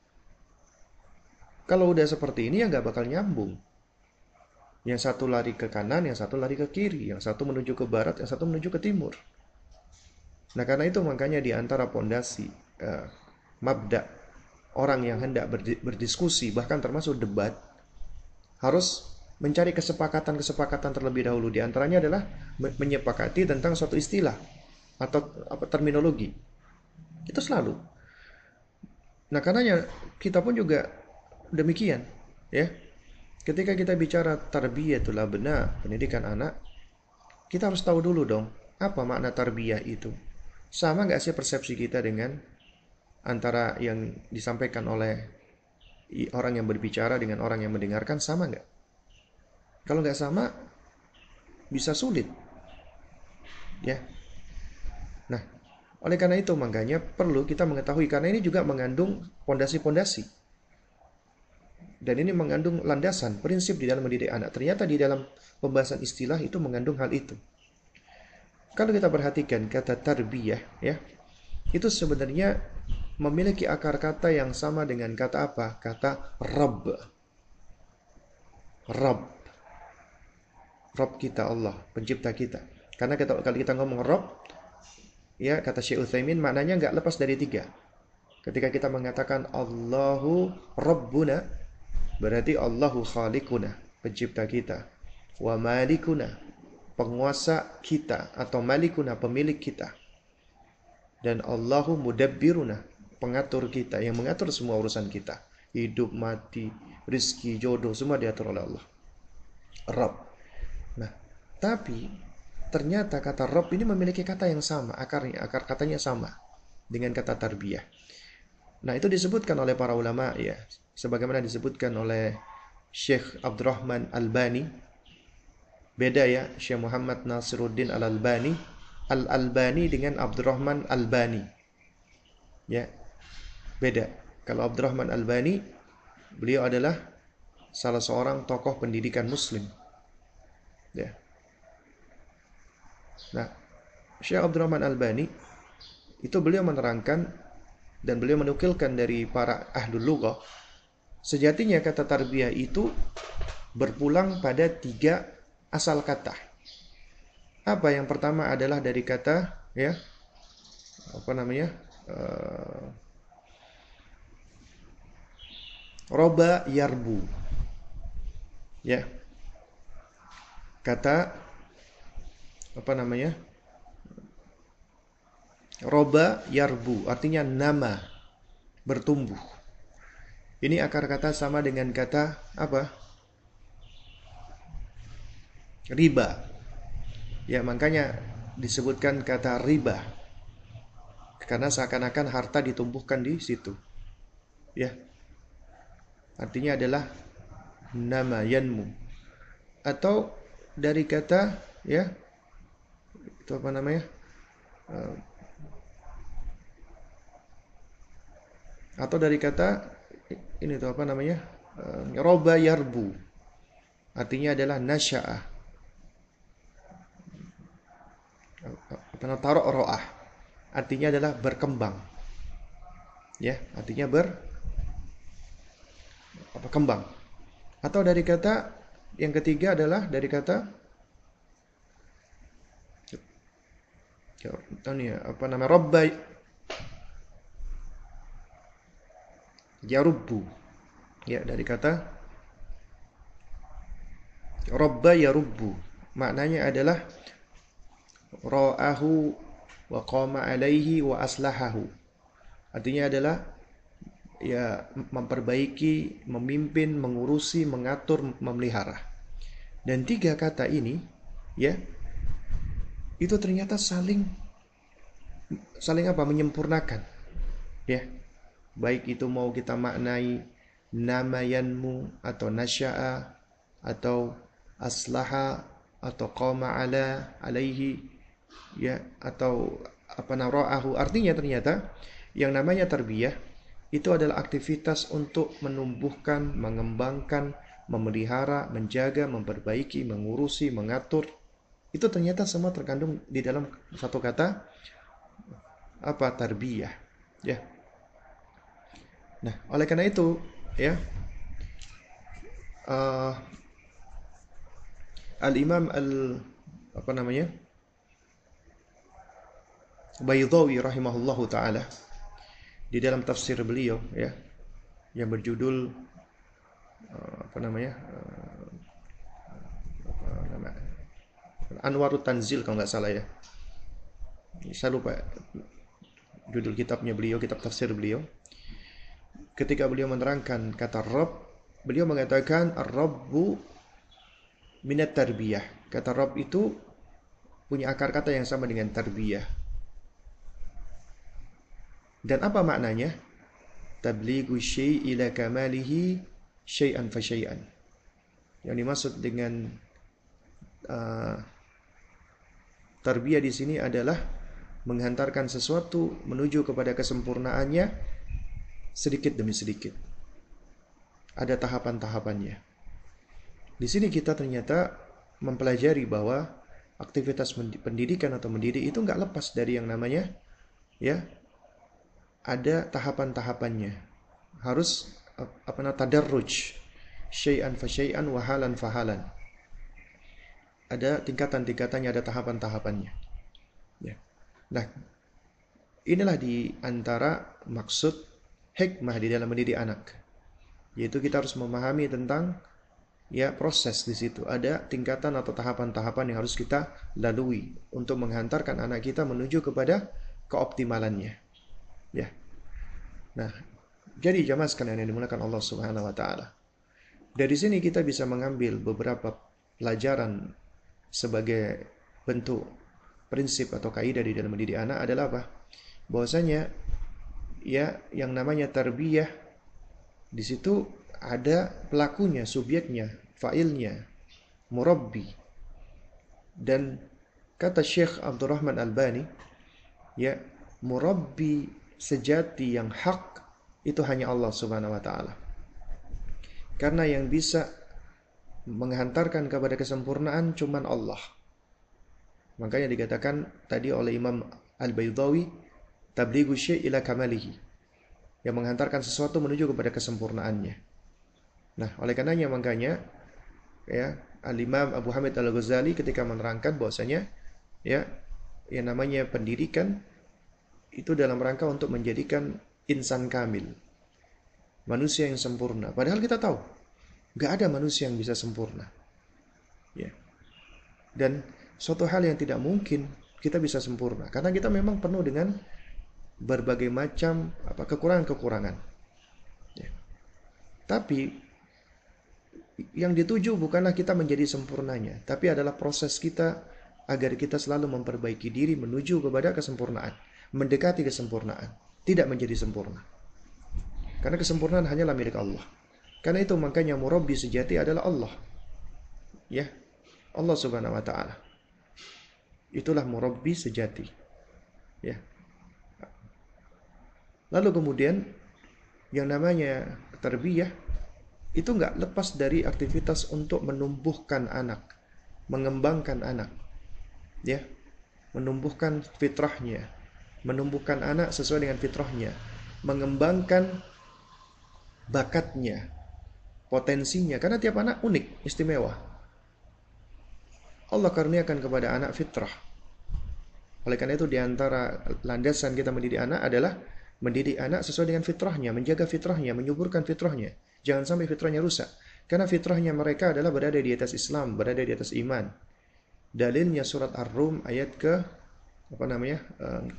Kalau udah seperti ini ya nggak bakal nyambung. Yang satu lari ke kanan, yang satu lari ke kiri, yang satu menuju ke barat, yang satu menuju ke timur. Nah, karena itu makanya di antara pondasi mabda orang yang hendak berdiskusi, bahkan termasuk debat, harus mencari kesepakatan terlebih dahulu. Di antaranya adalah menyepakati tentang suatu istilah atau terminologi. Itu selalu. Nah, karenanya kita pun juga demikian, ya. Ketika kita bicara tarbiyatul abna, pendidikan anak, kita harus tahu dulu dong, apa makna tarbiyah itu. Sama nggak sih persepsi kita dengan antara yang disampaikan oleh orang yang berbicara dengan orang yang mendengarkan, sama nggak? Kalau nggak sama, bisa sulit, ya. Nah, oleh karena itu makanya perlu kita mengetahui, karena ini juga mengandung pondasi-pondasi. Dan ini mengandung landasan, prinsip di dalam mendidik anak. Ternyata di dalam pembahasan istilah itu mengandung hal itu. Kalau kita perhatikan kata tarbiyah, ya, itu sebenarnya memiliki akar kata yang sama dengan kata apa? Kata Rabb. Rabb. Rabb kita Allah, pencipta kita. Karena kalau kita ngomong Rabb, ya, kata Syekh Utsaimin maknanya nggak lepas dari 3. Ketika kita mengatakan Allahu Rabbuna, berarti Allahu khaliquna, pencipta kita. Wa malikuna, penguasa kita, atau malikuna, pemilik kita. Dan Allahu mudabbiruna, pengatur kita, yang mengatur semua urusan kita. Hidup, mati, rizki, jodoh, semua diatur oleh Allah. Rabb. Nah, tapi ternyata kata Rabb ini memiliki kata yang sama, akar katanya sama dengan kata tarbiyah. Nah, itu disebutkan oleh para ulama ya, sebagaimana disebutkan oleh Syekh Abdurrahman Albani. Beda ya, Syekh Muhammad Nasiruddin Al-Albani, Al-Albani dengan Abdurrahman Albani. Ya, beda. Kalau Abdurrahman Albani, beliau adalah salah seorang tokoh pendidikan muslim. Ya. Nah, Syekh Abdurrahman Albani itu beliau menerangkan dan beliau menukilkan dari para ahlul lughah, sejatinya kata tarbiyah itu berpulang pada 3 asal kata. Apa yang pertama adalah dari kata ya, apa namanya? Roba yarbu. Ya. Kata apa namanya? Roba yarbu artinya nama, bertumbuh. Ini akar kata sama dengan kata apa? Riba. Ya, makanya disebutkan kata riba. Karena seakan-akan harta ditumbuhkan di situ. Ya. Artinya adalah nama yanmu. Atau dari kata ya, itu apa namanya? Atau dari kata ini tuh apa namanya? Roba yarbu. Artinya adalah nasya'ah. Apa namanya? Tarok ro'ah. Artinya adalah berkembang. Ya, artinya berkembang. Atau dari kata yang ketiga adalah dari kata apa namanya? Robba yarubbu. Ya, dari kata robba yarubbu. Maknanya adalah ra'ahu wa qama alaihi wa aslahahu. Artinya adalah ya memperbaiki, memimpin, mengurusi, mengatur, memelihara. Dan 3 kata ini ya, itu ternyata saling apa? Menyempurnakan. Ya. Baik itu mau kita maknai namayanmu atau nasya'a atau aslaha atau qama alaihi ya, atau apa nara'ahu. Artinya ternyata yang namanya tarbiyah itu adalah aktivitas untuk menumbuhkan, mengembangkan, memelihara, menjaga, memperbaiki, mengurusi, mengatur. Itu ternyata semua terkandung di dalam satu kata apa? Tarbiyah. Ya. Nah, oleh karena itu ya, Al-Imam apa namanya? Baydhawi rahimahullahu taala di dalam tafsir beliau ya, yang berjudul apa namanya? Anwarut Tanzil kalau nggak salah ya. Saya lupa judul kitabnya beliau, kitab tafsir beliau. Ketika beliau menerangkan kata Rabb, beliau mengatakan Ar-Rabbu minat tarbiyah. Kata Rabb itu punya akar kata yang sama dengan tarbiyah. Dan apa maknanya? Tablighu syai' ila kamalihi syai'an fa syai'an. Yang dimaksud dengan tarbiyah di sini adalah menghantarkan sesuatu menuju kepada kesempurnaannya sedikit demi sedikit. Ada tahapan-tahapannya. Di sini kita ternyata mempelajari bahwa aktivitas pendidikan atau mendidik itu nggak lepas dari yang namanya ya, ada tahapan-tahapannya. Harus apa namanya? Tadarruj. Syai'an fa syai'an wa halan fa halan. Ada tingkatan-tingkatannya, ada tahapan-tahapannya. Ya. Nah, inilah di antara maksud hikmah di dalam mendidik anak, yaitu kita harus memahami tentang ya proses di situ. Ada tingkatan atau tahapan-tahapan yang harus kita lalui untuk menghantarkan anak kita menuju kepada keoptimalannya. Ya. Nah, jadi jamaah sekalian yang dimuliakan Allah Subhanahu wa taala. Dari sini kita bisa mengambil beberapa pelajaran sebagai bentuk prinsip atau kaidah di dalam mendidik anak adalah apa? Bahwasanya ya yang namanya tarbiyah di situ ada pelakunya, subjeknya, failnya, murabbi. Dan kata Syekh Abdurrahman Albani, ya, murabbi sejati yang hak itu hanya Allah Subhanahu wa taala. Karena yang bisa menghantarkan kepada kesempurnaan cuman Allah. Makanya dikatakan tadi oleh Imam Al-Baydawi, tablighu syai' ila kamalihi, yang menghantarkan sesuatu menuju kepada kesempurnaannya. Nah, oleh karenanya makanya ya Al-Imam Abu Hamid Al-Ghazali ketika menerangkan bahwasanya ya yang namanya pendidikan itu dalam rangka untuk menjadikan insan kamil, manusia yang sempurna. Padahal kita tahu gak ada manusia yang bisa sempurna. Ya. Dan suatu hal yang tidak mungkin kita bisa sempurna karena kita memang penuh dengan berbagai macam kekurangan-kekurangan. Ya. Tapi yang dituju bukanlah kita menjadi sempurnanya, tapi adalah proses kita agar kita selalu memperbaiki diri menuju kepada kesempurnaan, mendekati kesempurnaan, tidak menjadi sempurna. Karena kesempurnaan hanyalah milik Allah. Karena itu makanya murabbi sejati adalah Allah. Ya, Allah Subhanahu wa taala. Itulah murabbi sejati. Ya. Lalu kemudian yang namanya tarbiyah itu enggak lepas dari aktivitas untuk menumbuhkan anak, mengembangkan anak. Ya. Menumbuhkan fitrahnya, menumbuhkan anak sesuai dengan fitrahnya, mengembangkan bakatnya, potensinya, karena tiap anak unik, istimewa. Allah karuniakan kepada anak fitrah. Oleh karena itu diantara landasan kita mendidik anak adalah mendidik anak sesuai dengan fitrahnya, menjaga fitrahnya, menyuburkan fitrahnya. Jangan sampai fitrahnya rusak. Karena fitrahnya mereka adalah berada di atas Islam, berada di atas iman. Dalilnya surat Ar-Rum ayat ke 30.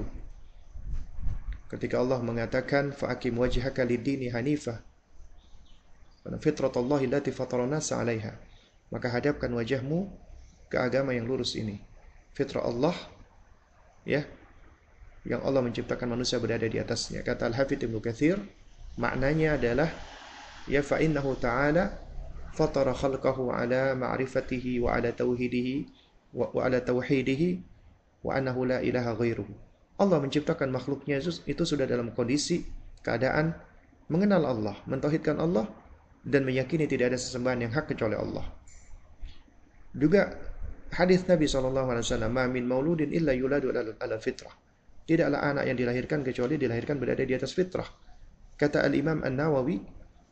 Ketika Allah mengatakan fa'akim wajhaka lid-dini hanifah fitratallahi allati fatarana 'alaiha. Maka hadapkan wajahmu ke agama yang lurus ini. Fitrah Allah ya, yang Allah menciptakan manusia berada di atasnya. Kata Al-Hafidz Ibnu Katsir, maknanya adalah ya fa innahu ta'ala fatara khalqahu ala ma'rifatihi wa ala tauhidihi wa ala tauhidihi wa annahu la ilaha ghairuhu. Allah menciptakan makhluknya itu sudah dalam kondisi keadaan mengenal Allah, mentauhidkan Allah dan meyakini tidak ada sesembahan yang hak kecuali Allah. Juga hadis Nabi SAW, "Ma min mauludin illa yuladu ala fitrah." Tidaklah anak yang dilahirkan kecuali dilahirkan berada di atas fitrah. Kata Al-Imam An-Nawawi,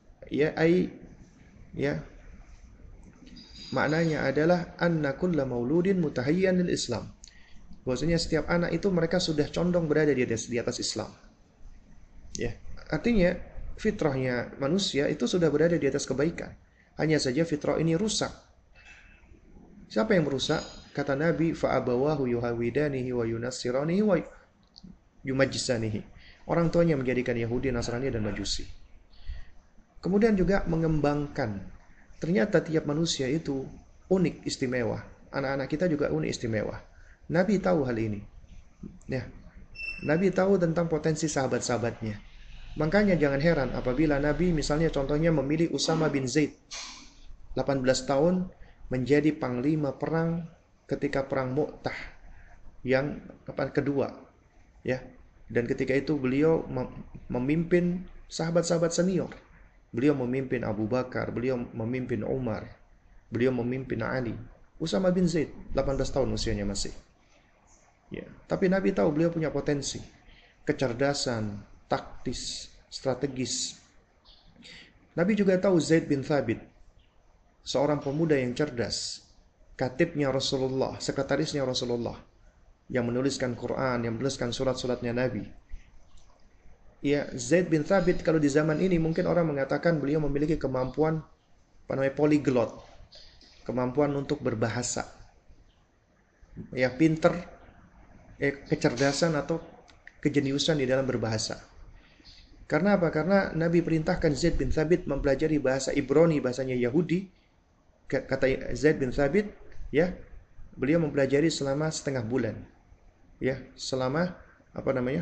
maknanya adalah anna kulla mauludin mutahayyan lil Islam. Bahwasanya setiap anak itu mereka sudah condong berada di atas Islam. Ya, artinya fitrahnya manusia itu sudah berada di atas kebaikan. Hanya saja fitrah ini rusak. Siapa yang merusak? Kata Nabi, fa'abawahu yuhawidanihi wa yunassiranihi wa yumajjisanihi. Orang tuanya menjadikan Yahudi, Nasrani dan Majusi. Kemudian juga mengembangkan. Ternyata tiap manusia itu unik, istimewa. Anak-anak kita juga unik, istimewa. Nabi tahu hal ini. Ya. Nabi tahu tentang potensi sahabat-sahabatnya. Makanya jangan heran apabila Nabi misalnya contohnya memilih Usama bin Zaid 18 tahun menjadi panglima perang ketika perang Mu'tah yang kedua. Ya. Dan ketika itu beliau memimpin sahabat-sahabat senior. Beliau memimpin Abu Bakar, beliau memimpin Umar, beliau memimpin Ali. Usama bin Zaid 18 tahun usianya masih. Ya, tapi Nabi tahu beliau punya potensi, kecerdasan, taktis, strategis. Nabi juga tahu Zaid bin Thabit, seorang pemuda yang cerdas, katibnya Rasulullah, sekretarisnya Rasulullah, yang menuliskan Quran, yang menuliskan surat-suratnya Nabi. Ya, Zaid bin Thabit kalau di zaman ini mungkin orang mengatakan beliau memiliki kemampuan polyglot, kemampuan untuk berbahasa. Ya, pinter, kecerdasan atau kejeniusan di dalam berbahasa. Karena apa? Karena Nabi perintahkan Zaid bin Thabit mempelajari bahasa Ibrani, bahasanya Yahudi. Kata Zaid bin Thabit, ya, beliau mempelajari selama setengah bulan, ya, selama apa namanya?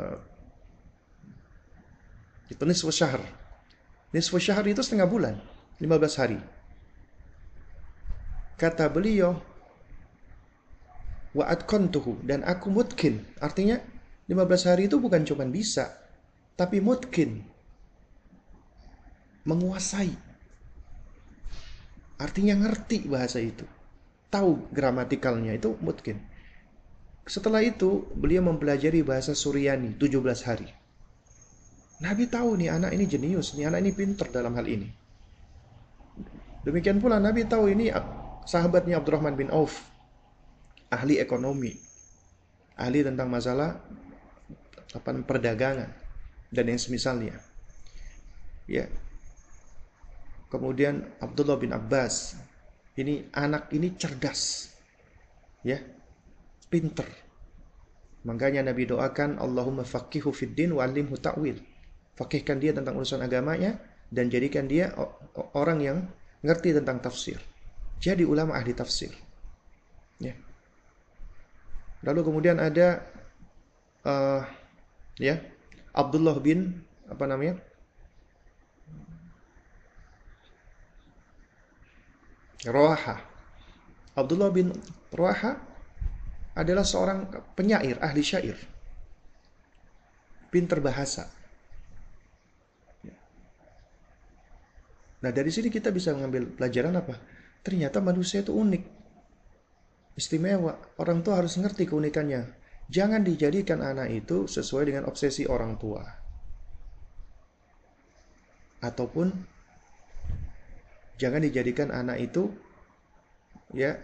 Itu nisfu syahr. Nisfu syahr itu setengah bulan, 15 hari. Kata beliau, wa atqantuhu, dan aku mutkin. Artinya 15 hari itu bukan cuma bisa, tapi mutkin, menguasai. Artinya ngerti bahasa itu. Tahu gramatikalnya, itu mutkin. Setelah itu, beliau mempelajari bahasa Suryani 17 hari. Nabi tahu nih anak ini jenius, nih anak ini pinter dalam hal ini. Demikian pula Nabi tahu ini sahabatnya Abdurrahman bin Auf, ahli ekonomi, ahli tentang masalah perdagangan dan yang semisalnya. Ya. Kemudian Abdullah bin Abbas, ini anak ini cerdas, ya, pinter. Makanya Nabi doakan, Allahumma faqihu fid din wa 'allimhu ta'wil. Fakihkan dia tentang urusan agamanya dan jadikan dia orang yang ngerti tentang tafsir. Jadi ulama ahli tafsir. Ya. Lalu kemudian ada ya, Abdullah bin apa namanya? Rawaha. Abdullah bin Rawaha adalah seorang penyair, ahli syair. Pinter bahasa. Nah, dari sini kita bisa mengambil pelajaran apa? Ternyata manusia itu unik, istimewa. Orang tua harus ngerti keunikannya. Jangan dijadikan anak itu sesuai dengan obsesi orang tua. Ataupun jangan dijadikan anak itu, ya,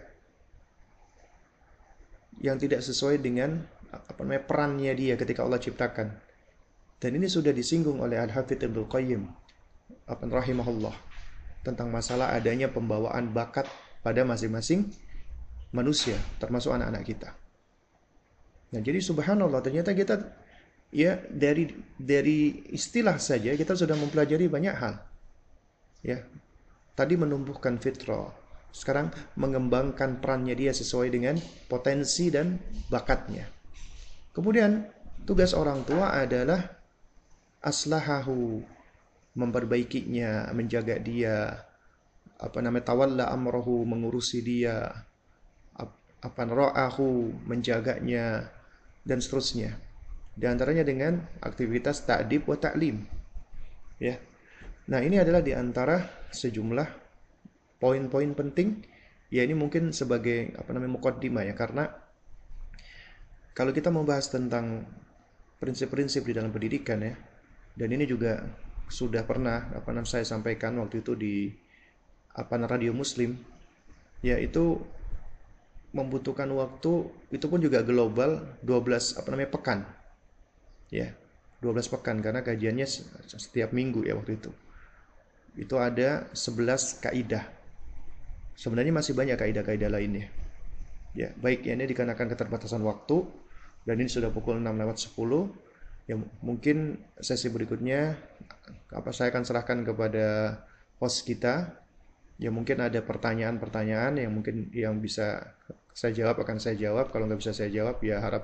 yang tidak sesuai dengan apa namanya perannya dia ketika Allah ciptakan. Dan ini sudah disinggung oleh Al-Hafidz Ibnu Qayyim rahimahullah tentang masalah adanya pembawaan bakat pada masing-masing manusia, termasuk anak-anak kita. Nah, jadi subhanallah, ternyata kita, ya, dari istilah saja kita sudah mempelajari banyak hal. Ya. Tadi menumbuhkan fitrah, sekarang mengembangkan perannya dia sesuai dengan potensi dan bakatnya. Kemudian tugas orang tua adalah aslahahu, memperbaikinya, menjaga dia, apa namanya, tawalla amrahu, mengurusi dia, apa ra'ahu, menjaganya, dan seterusnya. Di antaranya dengan aktivitas ta'dib wa ta'lim. Ya. Nah, ini adalah di antara sejumlah poin-poin penting. Ya, ini mungkin sebagai apa namanya muqaddimah, ya, karena kalau kita membahas tentang prinsip-prinsip di dalam pendidikan, ya, dan ini juga sudah pernah apa namanya saya sampaikan waktu itu di radio Muslim, yaitu membutuhkan waktu, itu pun juga global, 12 apa namanya pekan. Ya, 12 pekan karena kajiannya setiap minggu, ya, waktu itu. Itu ada 11 kaidah. Sebenarnya masih banyak kaidah-kaidah lainnya. Ya, baik, ya, ini dikarenakan keterbatasan waktu dan ini sudah pukul 6:10. Ya, mungkin sesi berikutnya saya akan serahkan kepada host kita. Ya, mungkin ada pertanyaan-pertanyaan yang mungkin yang bisa saya jawab akan saya jawab. Kalau nggak bisa saya jawab, ya harap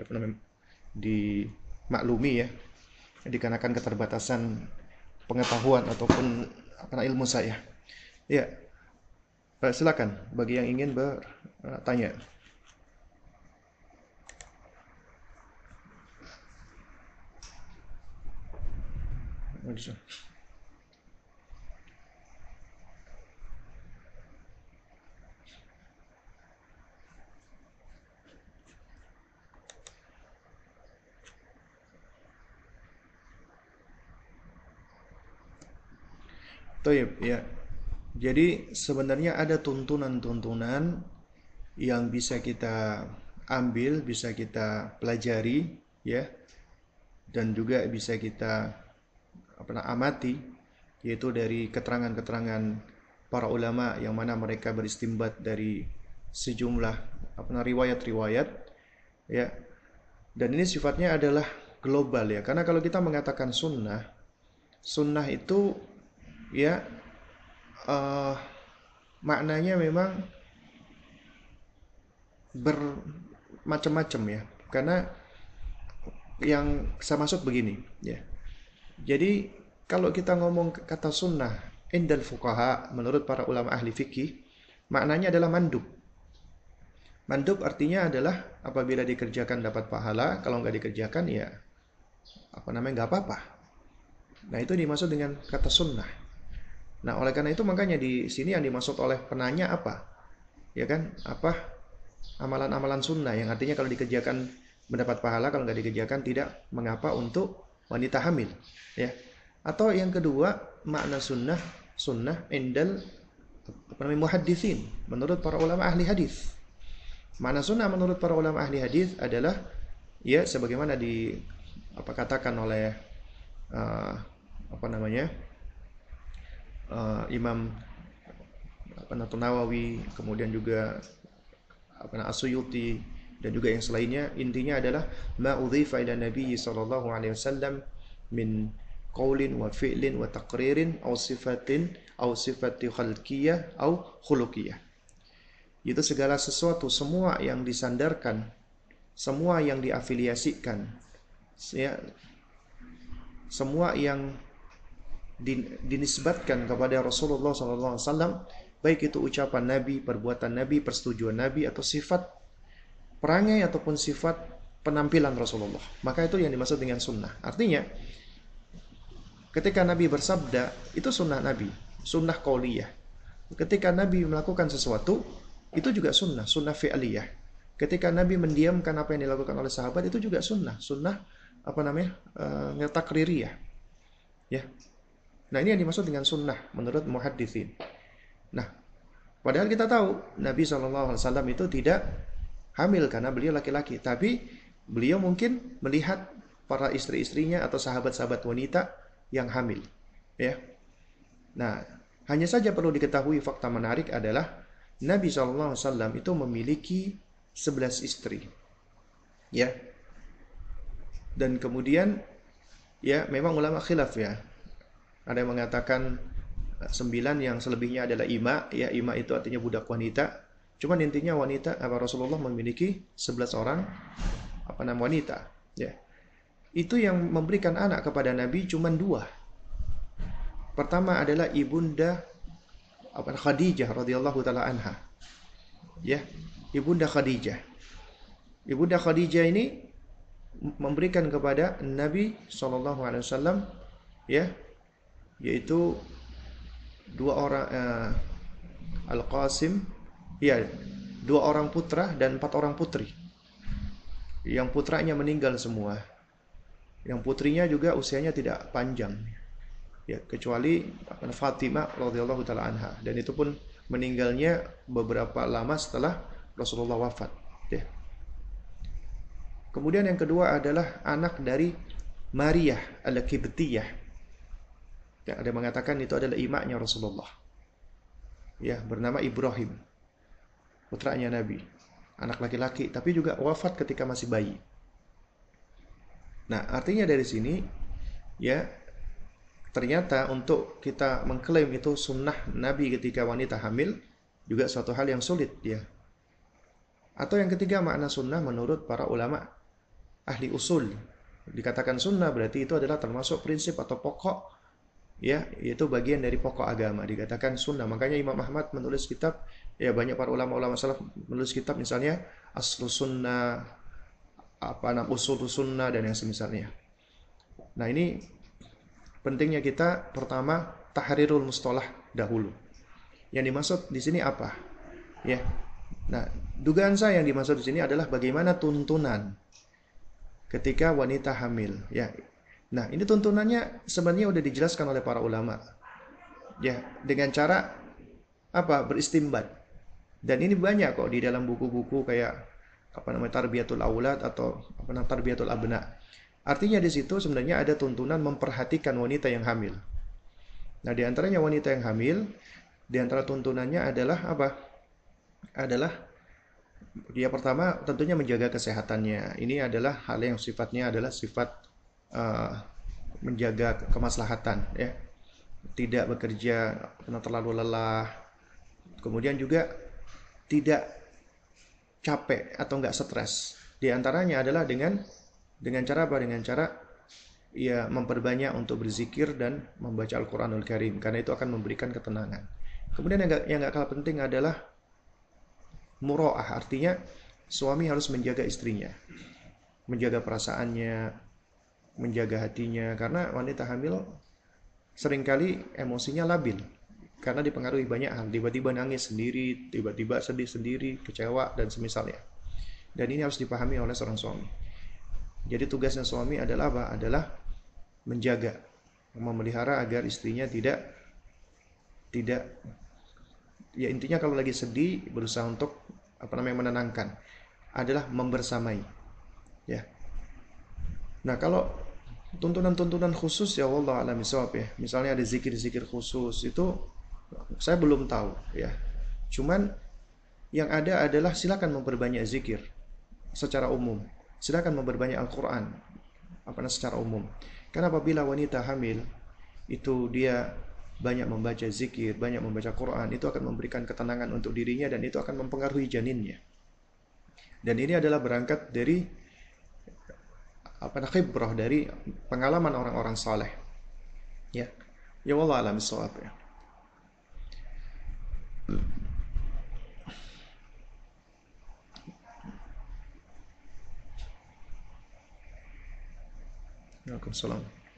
dimaklumi, ya. Dikarenakan keterbatasan pengetahuan ataupun ilmu saya. Ya, silakan bagi yang ingin bertanya. Toib, ya. Jadi sebenarnya ada tuntunan-tuntunan yang bisa kita ambil, bisa kita pelajari, ya, dan juga bisa kita amati, yaitu dari keterangan-keterangan para ulama yang mana mereka beristimbat dari sejumlah riwayat-riwayat, ya. Dan ini sifatnya adalah global ya. Karena kalau kita mengatakan sunnah, sunnah itu ya eh, maknanya memang bermacam-macam ya. Karena yang saya maksud begini ya. Jadi kalau kita ngomong kata sunnah indal fuqaha menurut para ulama ahli fikih, maknanya adalah mandub. Mandub artinya adalah apabila dikerjakan dapat pahala, kalau nggak dikerjakan ya apa namanya nggak apa-apa. Nah itu dimaksud dengan kata sunnah. Nah oleh karena itu makanya di sini yang dimaksud oleh penanya apa? Ya kan? Apa amalan-amalan sunnah yang artinya kalau dikerjakan mendapat pahala, kalau nggak dikerjakan tidak mengapa untuk wanita hamil. Ya. Atau yang kedua makna sunnah, sunnah indal apa namanya muhadditsin menurut para ulama ahli hadis. Makna sunnah menurut para ulama ahli hadis adalah ya sebagaimana di apa katakan oleh uh, apa namanya Imam apa Nawawi, kemudian juga apa As-Suyuti dan juga yang selainnya, intinya adalah ma udhifa ila nabi sallallahu alaihi wasallam min qaulin wa fi'lin wa taqririn aw sifatin aw sifati khalqiyah aw khuluqiyah. Itu segala sesuatu, semua yang disandarkan, semua yang diafiliasikan, ya, semua yang dinisbatkan kepada Rasulullah SAW, baik itu ucapan Nabi, perbuatan Nabi, persetujuan Nabi, atau sifat perangai ataupun sifat penampilan Rasulullah, maka itu yang dimaksud dengan sunnah. Artinya, ketika Nabi bersabda, itu sunnah Nabi, sunnah qauliyah. Ketika Nabi melakukan sesuatu, itu juga sunnah, sunnah fi'liyah. Ketika Nabi mendiamkan apa yang dilakukan oleh sahabat, itu juga sunnah, sunnah apa namanya, takririyah. Ya. Nah ini yang dimaksud dengan sunnah menurut muhadditsin. Nah, padahal kita tahu Nabi SAW itu tidak hamil karena beliau laki-laki, tapi beliau mungkin melihat para istri-istrinya atau sahabat-sahabat wanita yang hamil. Ya. Nah, hanya saja perlu diketahui fakta menarik adalah Nabi SAW itu memiliki 11 istri. Ya. Dan kemudian ya memang ulama khilaf ya. Ada yang mengatakan 9, yang selebihnya adalah ima, ya ima itu artinya budak wanita. Cuman intinya wanita apa Rasulullah memiliki 11 orang apa nama wanita, ya. Itu yang memberikan anak kepada Nabi cuman 2. Pertama adalah ibunda apa Khadijah radhiyallahu taala anha. Ya, ibunda Khadijah. Ibunda Khadijah ini memberikan kepada Nabi SAW ya, yaitu 2 orang Al-Qasim, ya 2 orang putra dan 4 orang putri. Yang putranya meninggal semua. Yang putrinya juga usianya tidak panjang. Ya, kecuali Fatimah radhiyallahu taala anha, dan itu pun meninggalnya beberapa lama setelah Rasulullah wafat, ya. Kemudian yang kedua adalah anak dari Maria al-Qibtiyah. Ya, ada yang mengatakan itu adalah imaknya Rasulullah. Ya, bernama Ibrahim. Putranya Nabi, anak laki-laki tapi juga wafat ketika masih bayi. Nah, artinya dari sini ya ternyata untuk kita mengklaim itu sunnah Nabi ketika wanita hamil juga suatu hal yang sulit ya. Atau yang ketiga makna sunnah menurut para ulama ahli usul, dikatakan sunnah berarti itu adalah termasuk prinsip atau pokok ya, yaitu bagian dari pokok agama, dikatakan sunnah. Makanya Imam Ahmad menulis kitab, ya banyak para ulama-ulama salaf menulis kitab misalnya Aslus Sunnah, apa nama Usul Sunnah dan yang semisalnya. Nah ini pentingnya kita pertama tahrirul mustalah dahulu. Yang dimaksud di sini apa? Ya. Nah, dugaan saya yang dimaksud di sini adalah bagaimana tuntunan ketika wanita hamil, ya. Nah, ini tuntunannya sebenarnya udah dijelaskan oleh para ulama. Ya, dengan cara apa? Beristimbat. Dan ini banyak kok di dalam buku-buku kayak apa namanya Tarbiyatul Aulad atau apa namanya Tarbiyatul Abna. Artinya di situ sebenarnya ada tuntunan memperhatikan wanita yang hamil. Nah, di antaranya wanita yang hamil, di antara tuntunannya adalah apa? Adalah Dia pertama tentunya menjaga kesehatannya. Ini adalah hal yang sifatnya adalah sifat uh, menjaga kemaslahatan, ya. Tidak bekerja karena terlalu lelah. Kemudian juga tidak capek atau enggak stres. Di antaranya adalah dengan cara apa? Dengan cara ya memperbanyak untuk berzikir dan membaca Al-Qur'anul Karim karena itu akan memberikan ketenangan. Kemudian yang enggak kalah penting adalah mura'ah, artinya suami harus menjaga istrinya, menjaga perasaannya, menjaga hatinya karena wanita hamil seringkali emosinya labil karena dipengaruhi banyak hal, tiba-tiba nangis sendiri, tiba-tiba sedih sendiri, kecewa dan semisalnya. Dan ini harus dipahami oleh seorang suami. Jadi tugasnya suami adalah apa? Adalah menjaga, memelihara agar istrinya tidak ya intinya kalau lagi sedih berusaha untuk menenangkan, adalah membersamai, ya. Nah, kalau tuntunan-tuntunan khusus ya Allah alam bisawab ya. Misalnya ada zikir-zikir khusus itu saya belum tahu ya. Cuman yang ada adalah silakan memperbanyak zikir secara umum. Silakan memperbanyak Al-Qur'an secara umum. Karena apabila wanita hamil itu dia banyak membaca zikir, banyak membaca Quran, itu akan memberikan ketenangan untuk dirinya dan itu akan mempengaruhi janinnya. Dan ini adalah berangkat dari khibrah, dari pengalaman orang-orang saleh. Ya. Ya wallah alam bissawab ya. Waalaikumsalam.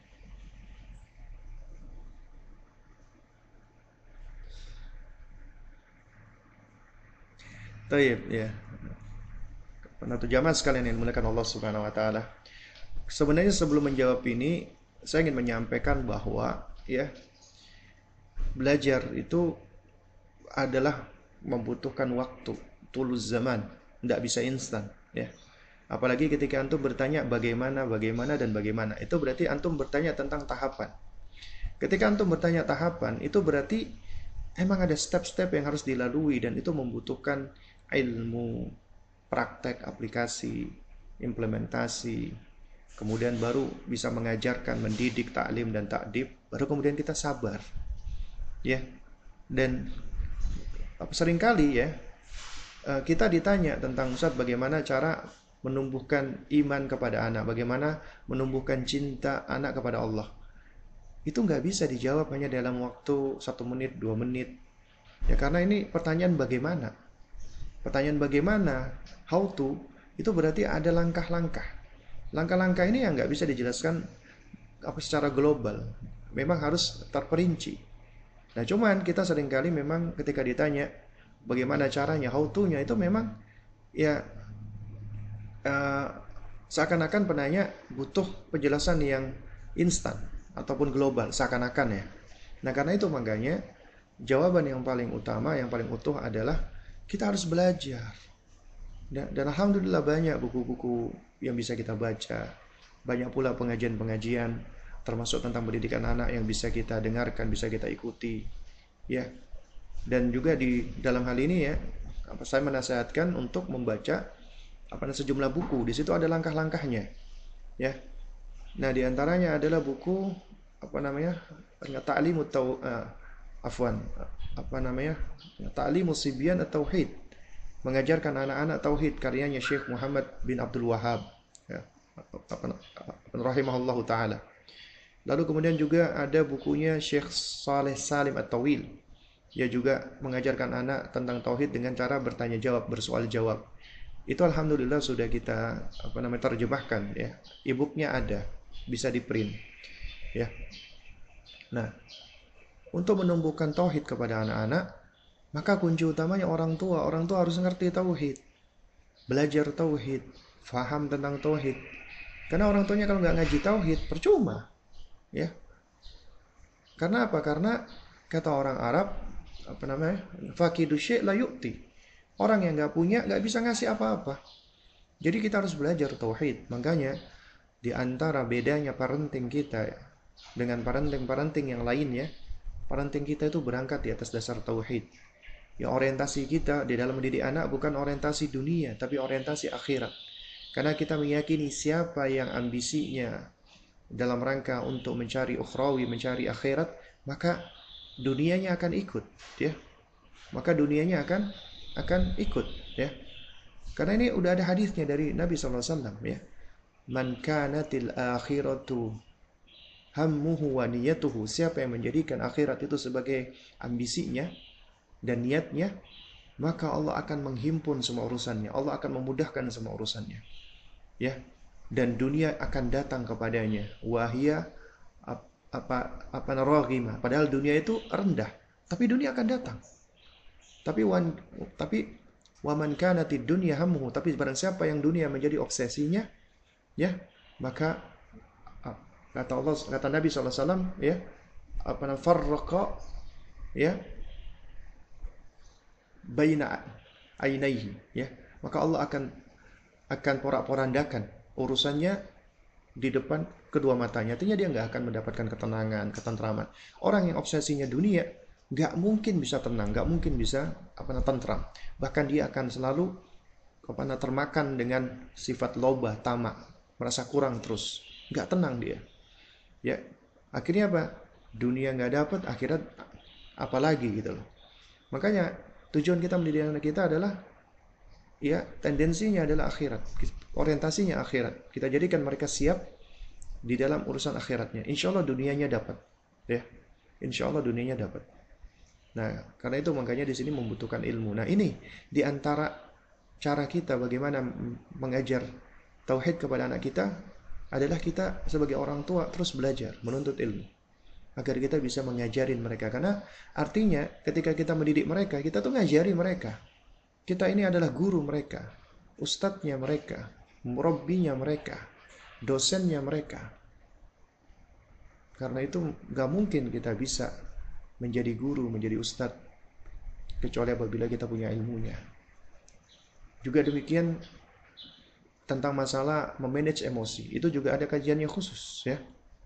Taib ya. Penatu jamaah sekalian yang dimuliakan Allah Subhanahu wa taala. Sebenarnya sebelum menjawab ini, saya ingin menyampaikan bahwa ya belajar itu adalah membutuhkan waktu, tulus zaman, tidak bisa instan, ya. Apalagi ketika antum bertanya bagaimana, bagaimana dan bagaimana, itu berarti antum bertanya tentang tahapan. Ketika antum bertanya tahapan, itu berarti emang ada step-step yang harus dilalui dan itu membutuhkan ilmu, praktek, aplikasi, implementasi. Kemudian baru bisa mengajarkan, mendidik, taklim dan takdib, baru kemudian kita sabar. Ya. Dan seringkali ya kita ditanya tentang Ustaz bagaimana cara menumbuhkan iman kepada anak, bagaimana menumbuhkan cinta anak kepada Allah. Itu nggak bisa dijawab hanya dalam waktu 1 menit, 2 menit. Ya karena ini pertanyaan bagaimana. Pertanyaan bagaimana, how to, itu berarti ada langkah-langkah. Langkah-langkah ini yang nggak bisa dijelaskan secara global. Memang harus terperinci. Nah cuman kita seringkali memang ketika ditanya bagaimana caranya, how to-nya itu memang ya seakan-akan penanya butuh penjelasan yang instan ataupun global, seakan-akan ya. Nah karena itu makanya jawaban yang paling utama, yang paling utuh adalah kita harus belajar. Dan alhamdulillah banyak buku-buku yang bisa kita baca. Banyak pula pengajian-pengajian termasuk tentang pendidikan anak yang bisa kita dengarkan, bisa kita ikuti. Ya. Dan juga di dalam hal ini ya, saya menasihatkan untuk membaca sejumlah buku. Di situ ada langkah-langkahnya. Ya. Nah, di antaranya adalah buku Ta'limut Ta'limus Sibyan at-Tauhid, mengajarkan anak-anak tauhid, karyanya Syekh Muhammad bin Abdul Wahhab ya, rahimahullahu taala. Lalu kemudian juga ada bukunya Syekh Saleh Salim At-Tawil. Dia juga mengajarkan anak tentang tauhid dengan cara bertanya jawab, bersoal jawab. Itu alhamdulillah sudah kita terjemahkan ya. E-booknya ada, bisa di-print. Ya. Nah, untuk menumbuhkan tauhid kepada anak-anak, maka kunci utamanya orang tua. Orang tua harus ngerti tauhid, belajar tauhid, faham tentang tauhid. Karena orang tuanya kalau nggak ngaji tauhid, percuma. Ya. Karena apa? Karena kata orang Arab, faqidu syai' la yu'ti. Orang yang nggak punya nggak bisa ngasih apa-apa. Jadi kita harus belajar tauhid. Makanya di antara bedanya parenting kita dengan parenting yang lainnya, parenting kita itu berangkat di atas dasar tauhid. Ya, orientasi kita di dalam mendidik anak bukan orientasi dunia, tapi orientasi akhirat. Karena kita meyakini siapa yang ambisinya dalam rangka untuk mencari ukhrawi, mencari akhirat, maka dunianya akan ikut, ya. Maka dunianya akan ikut, ya. Karena ini udah ada hadisnya dari Nabi SAW, ya. Man kanatil akhiratu hammuhu wa niyatuhu, siapa yang menjadikan akhirat itu sebagai ambisinya dan niatnya, maka Allah akan menghimpun semua urusannya, Allah akan memudahkan semua urusannya, ya. Dan dunia akan datang kepadanya, wahia apa naragima, padahal dunia itu rendah, tapi dunia akan datang. Tapi waman kanatid dunya hammuhu, tapi barang siapa yang dunia menjadi obsesinya, ya, maka kata Allah, kata Nabi SAW, ya, apa farraqa, ya, baina ainaihi, ya, maka Allah akan porak-porandakan urusannya di depan kedua matanya. Artinya dia nggak akan mendapatkan ketenangan, ketentraman. Orang yang obsesinya dunia nggak mungkin bisa tenang, nggak mungkin bisa tentram. Bahkan dia akan selalu termakan dengan sifat loba, tamak, merasa kurang terus, nggak tenang dia. Ya, akhirnya apa? Dunia nggak dapat, akhirat apalagi gitu loh. Makanya tujuan kita mendidik anak kita adalah, ya, tendensinya adalah akhirat, orientasinya akhirat. Kita jadikan mereka siap di dalam urusan akhiratnya. Insya Allah dunianya dapat, ya. Insya Allah dunianya dapat. Nah, karena itu makanya di sini membutuhkan ilmu. Nah, ini di antara cara kita bagaimana mengajar tauhid kepada anak kita adalah kita sebagai orang tua terus belajar, menuntut ilmu agar kita bisa mengajarin mereka. Karena artinya ketika kita mendidik mereka, kita tuh ngajari mereka. Kita ini adalah guru mereka, ustadznya mereka, murabbinya mereka, dosennya mereka. Karena itu gak mungkin kita bisa menjadi guru, menjadi ustadz, kecuali apabila kita punya ilmunya. Juga demikian tentang masalah memanage emosi, itu juga ada kajiannya khusus, ya.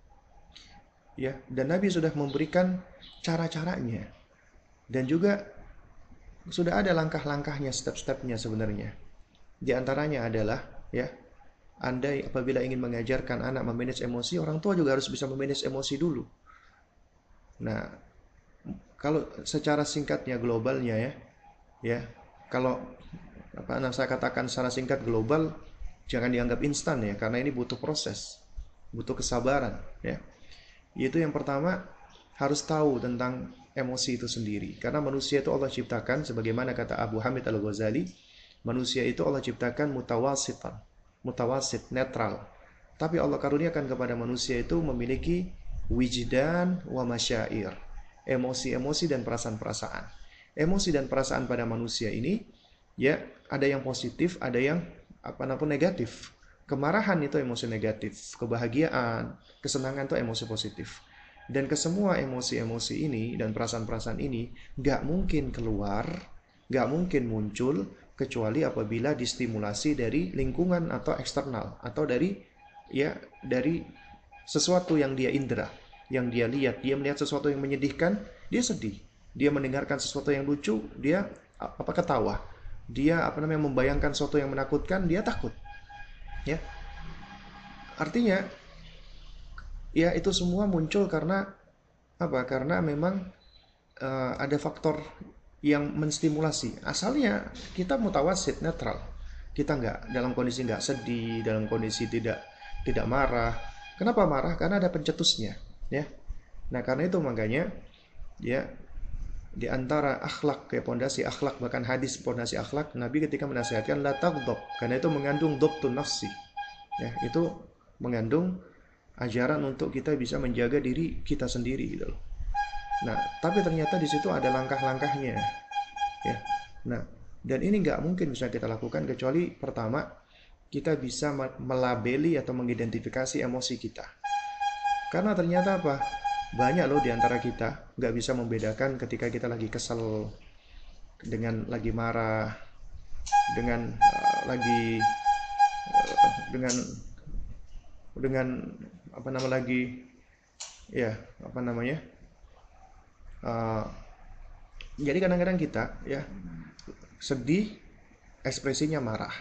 Ya, dan Nabi sudah memberikan cara-caranya, dan juga sudah ada langkah-langkahnya, step-stepnya sebenarnya. Di antaranya adalah, ya, Anda apabila ingin mengajarkan anak memanage emosi, orang tua juga harus bisa memanage emosi dulu. Nah, kalau secara singkatnya globalnya, ya, kalau saya katakan secara singkat global, jangan dianggap instan, ya, karena ini butuh proses, butuh kesabaran, ya. Yaitu yang pertama, harus tahu tentang emosi itu sendiri. Karena manusia itu Allah ciptakan, sebagaimana kata Abu Hamid Al-Ghazali, manusia itu Allah ciptakan mutawasit, netral. Tapi Allah karuniakan kepada manusia itu memiliki wijdan wa masyair, emosi-emosi dan perasaan-perasaan. Emosi dan perasaan pada manusia ini, ya, ada yang positif, ada yang negatif. Kemarahan itu emosi negatif, kebahagiaan, kesenangan itu emosi positif. Dan kesemua emosi-emosi ini dan perasaan-perasaan ini gak mungkin keluar, gak mungkin muncul kecuali apabila distimulasi dari lingkungan atau eksternal, atau dari sesuatu yang dia indera, yang dia lihat. Dia melihat sesuatu yang menyedihkan, dia sedih. Dia mendengarkan sesuatu yang lucu, dia ketawa. Dia membayangkan sesuatu yang menakutkan, dia takut. Ya, artinya, ya, itu semua muncul karena apa? Karena memang ada faktor yang menstimulasi. Asalnya kita mutawasit, netral. Kita nggak dalam kondisi nggak sedih, dalam kondisi tidak marah. Kenapa marah? Karena ada pencetusnya, ya. Nah, karena itu makanya, ya, di antara akhlak, ya, pondasi akhlak, bahkan hadis pondasi akhlak, Nabi ketika menasihatkan la taghdab, karena itu mengandung dhabtun nafsi, ya, itu mengandung ajaran untuk kita bisa menjaga diri kita sendiri gitu loh. Nah, tapi ternyata di situ ada langkah-langkahnya, ya. Nah, dan ini nggak mungkin bisa kita lakukan kecuali pertama kita bisa melabeli atau mengidentifikasi emosi kita. Karena ternyata apa? Banyak loh di antara kita nggak bisa membedakan ketika kita lagi kesel dengan lagi marah, dengan lagi dengan lagi, ya, Jadi kadang-kadang kita ya sedih, ekspresinya marah.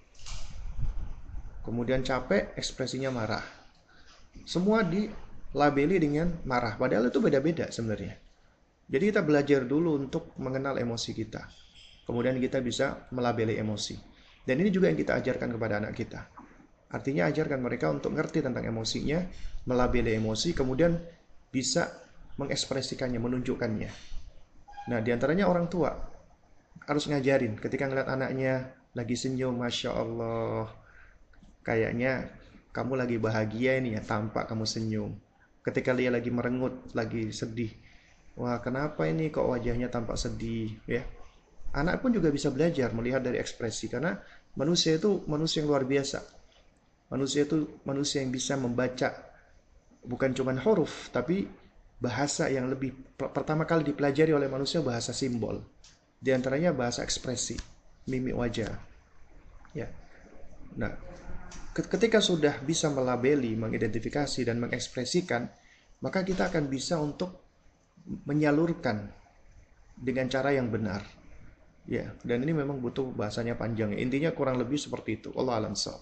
Kemudian capek, ekspresinya marah. Semua dilabeli dengan marah. Padahal itu beda-beda sebenarnya. Jadi kita belajar dulu untuk mengenal emosi kita. Kemudian kita bisa melabeli emosi. Dan ini juga yang kita ajarkan kepada anak kita. Artinya ajarkan mereka untuk ngerti tentang emosinya, melabeli emosi, kemudian bisa mengekspresikannya, menunjukkannya. Nah, diantaranya orang tua harus ngajarin ketika ngeliat anaknya lagi senyum, Masya Allah, kayaknya kamu lagi bahagia ini ya, tampak kamu senyum. Ketika dia lagi merengut, lagi sedih, wah kenapa ini kok wajahnya tampak sedih ya. Anak pun juga bisa belajar melihat dari ekspresi, karena manusia itu manusia yang luar biasa. Manusia itu manusia yang bisa membaca bukan cuma huruf, tapi bahasa yang lebih pertama kali dipelajari oleh manusia, bahasa simbol. Di antaranya bahasa ekspresi, mimik wajah. Ya. Nah, ketika sudah bisa melabeli, mengidentifikasi dan mengekspresikan, maka kita akan bisa untuk menyalurkan dengan cara yang benar. Ya, dan ini memang butuh bahasanya panjang. Intinya kurang lebih seperti itu. Allah alam shawab.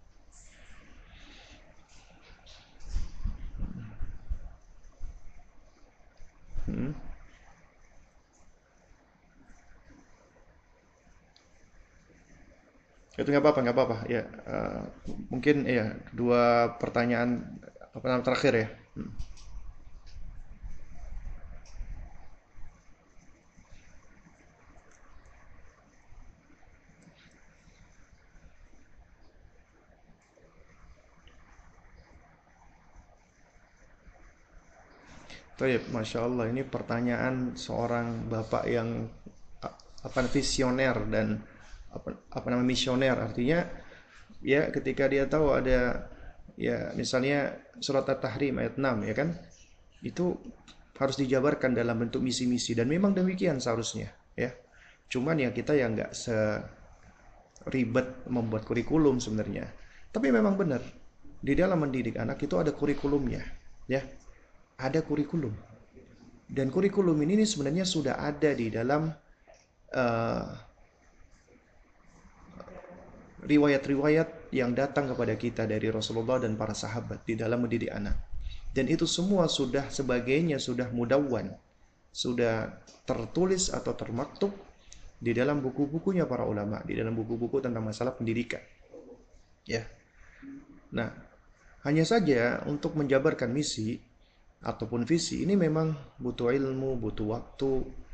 Hmm. Itu nggak apa-apa, nggak apa-apa. Ya, mungkin ya dua pertanyaan apa namanya terakhir ya. Hmm. Baik, Masya Allah, ini pertanyaan seorang bapak yang apa visioner dan apa namanya misioner. Artinya ya ketika dia tahu ada ya misalnya surat At-Tahrim ayat 6 ya kan, itu harus dijabarkan dalam bentuk misi-misi, dan memang demikian seharusnya ya. Cuman ya kita yang nggak seribet membuat kurikulum sebenarnya. Tapi memang benar di dalam mendidik anak itu ada kurikulumnya ya, ada kurikulum. Dan kurikulum ini sebenarnya sudah ada di dalam uh, riwayat-riwayat yang datang kepada kita dari Rasulullah dan para sahabat di dalam mendidik anak. Dan itu semua sudah sebagainya sudah mudawwan, sudah tertulis atau termaktub di dalam buku-bukunya para ulama, di dalam buku-buku tentang masalah pendidikan. Ya. Nah, hanya saja untuk menjabarkan misi ataupun visi ini memang butuh ilmu, butuh waktu,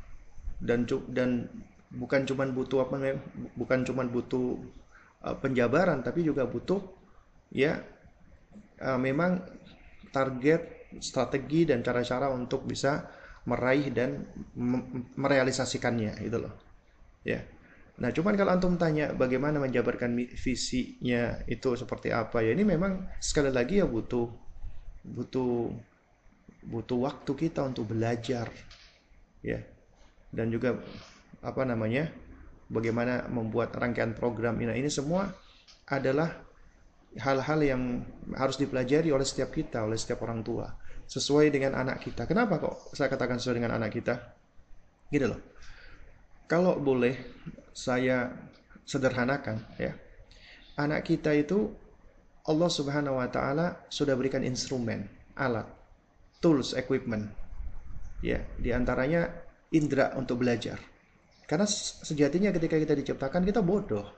dan bukan cuman butuh apa bukan cuman butuh penjabaran, tapi juga butuh ya memang target, strategi dan cara-cara untuk bisa meraih dan merealisasikannya itu loh. Ya. Nah, cuman kalau antum tanya bagaimana menjabarkan visinya itu seperti apa, ya ini memang sekali lagi ya butuh butuh butuh waktu kita untuk belajar ya, dan juga apa namanya bagaimana membuat rangkaian program ini. Nah, ini semua adalah hal-hal yang harus dipelajari oleh setiap kita, oleh setiap orang tua, sesuai dengan anak kita. Kenapa kok saya katakan sesuai dengan anak kita? Gitu loh. Kalau boleh saya sederhanakan ya. Anak kita itu Allah Subhanahu wa taala sudah berikan instrumen, alat, tools, equipment. Ya, di antaranya indera untuk belajar. Karena sejatinya ketika kita diciptakan kita bodoh.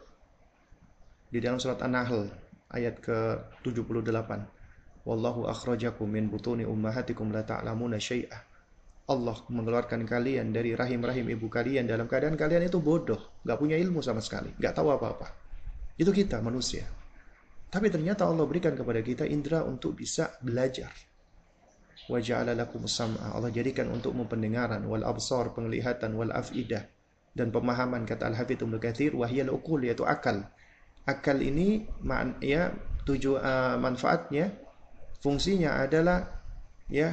Di dalam surat An-Nahl ayat ke-78. Wallahu akhrajakum min butuni ummahatikum la ta'lamuna syai'ah. Allah mengeluarkan kalian dari rahim-rahim ibu kalian dalam keadaan kalian itu bodoh, gak punya ilmu sama sekali, gak tahu apa-apa. Itu kita manusia. Tapi ternyata Allah berikan kepada kita indera untuk bisa belajar. Wa ja'ala lakumus sam'a. Allah jadikan untukmu pendengaran, wal absar, penglihatan, wal af'idah, dan pemahaman. Kata Al-Hafidz Ibnu Katsir, wahyal uqul, yaitu akal. Akal ini ya manfaatnya, fungsinya adalah ya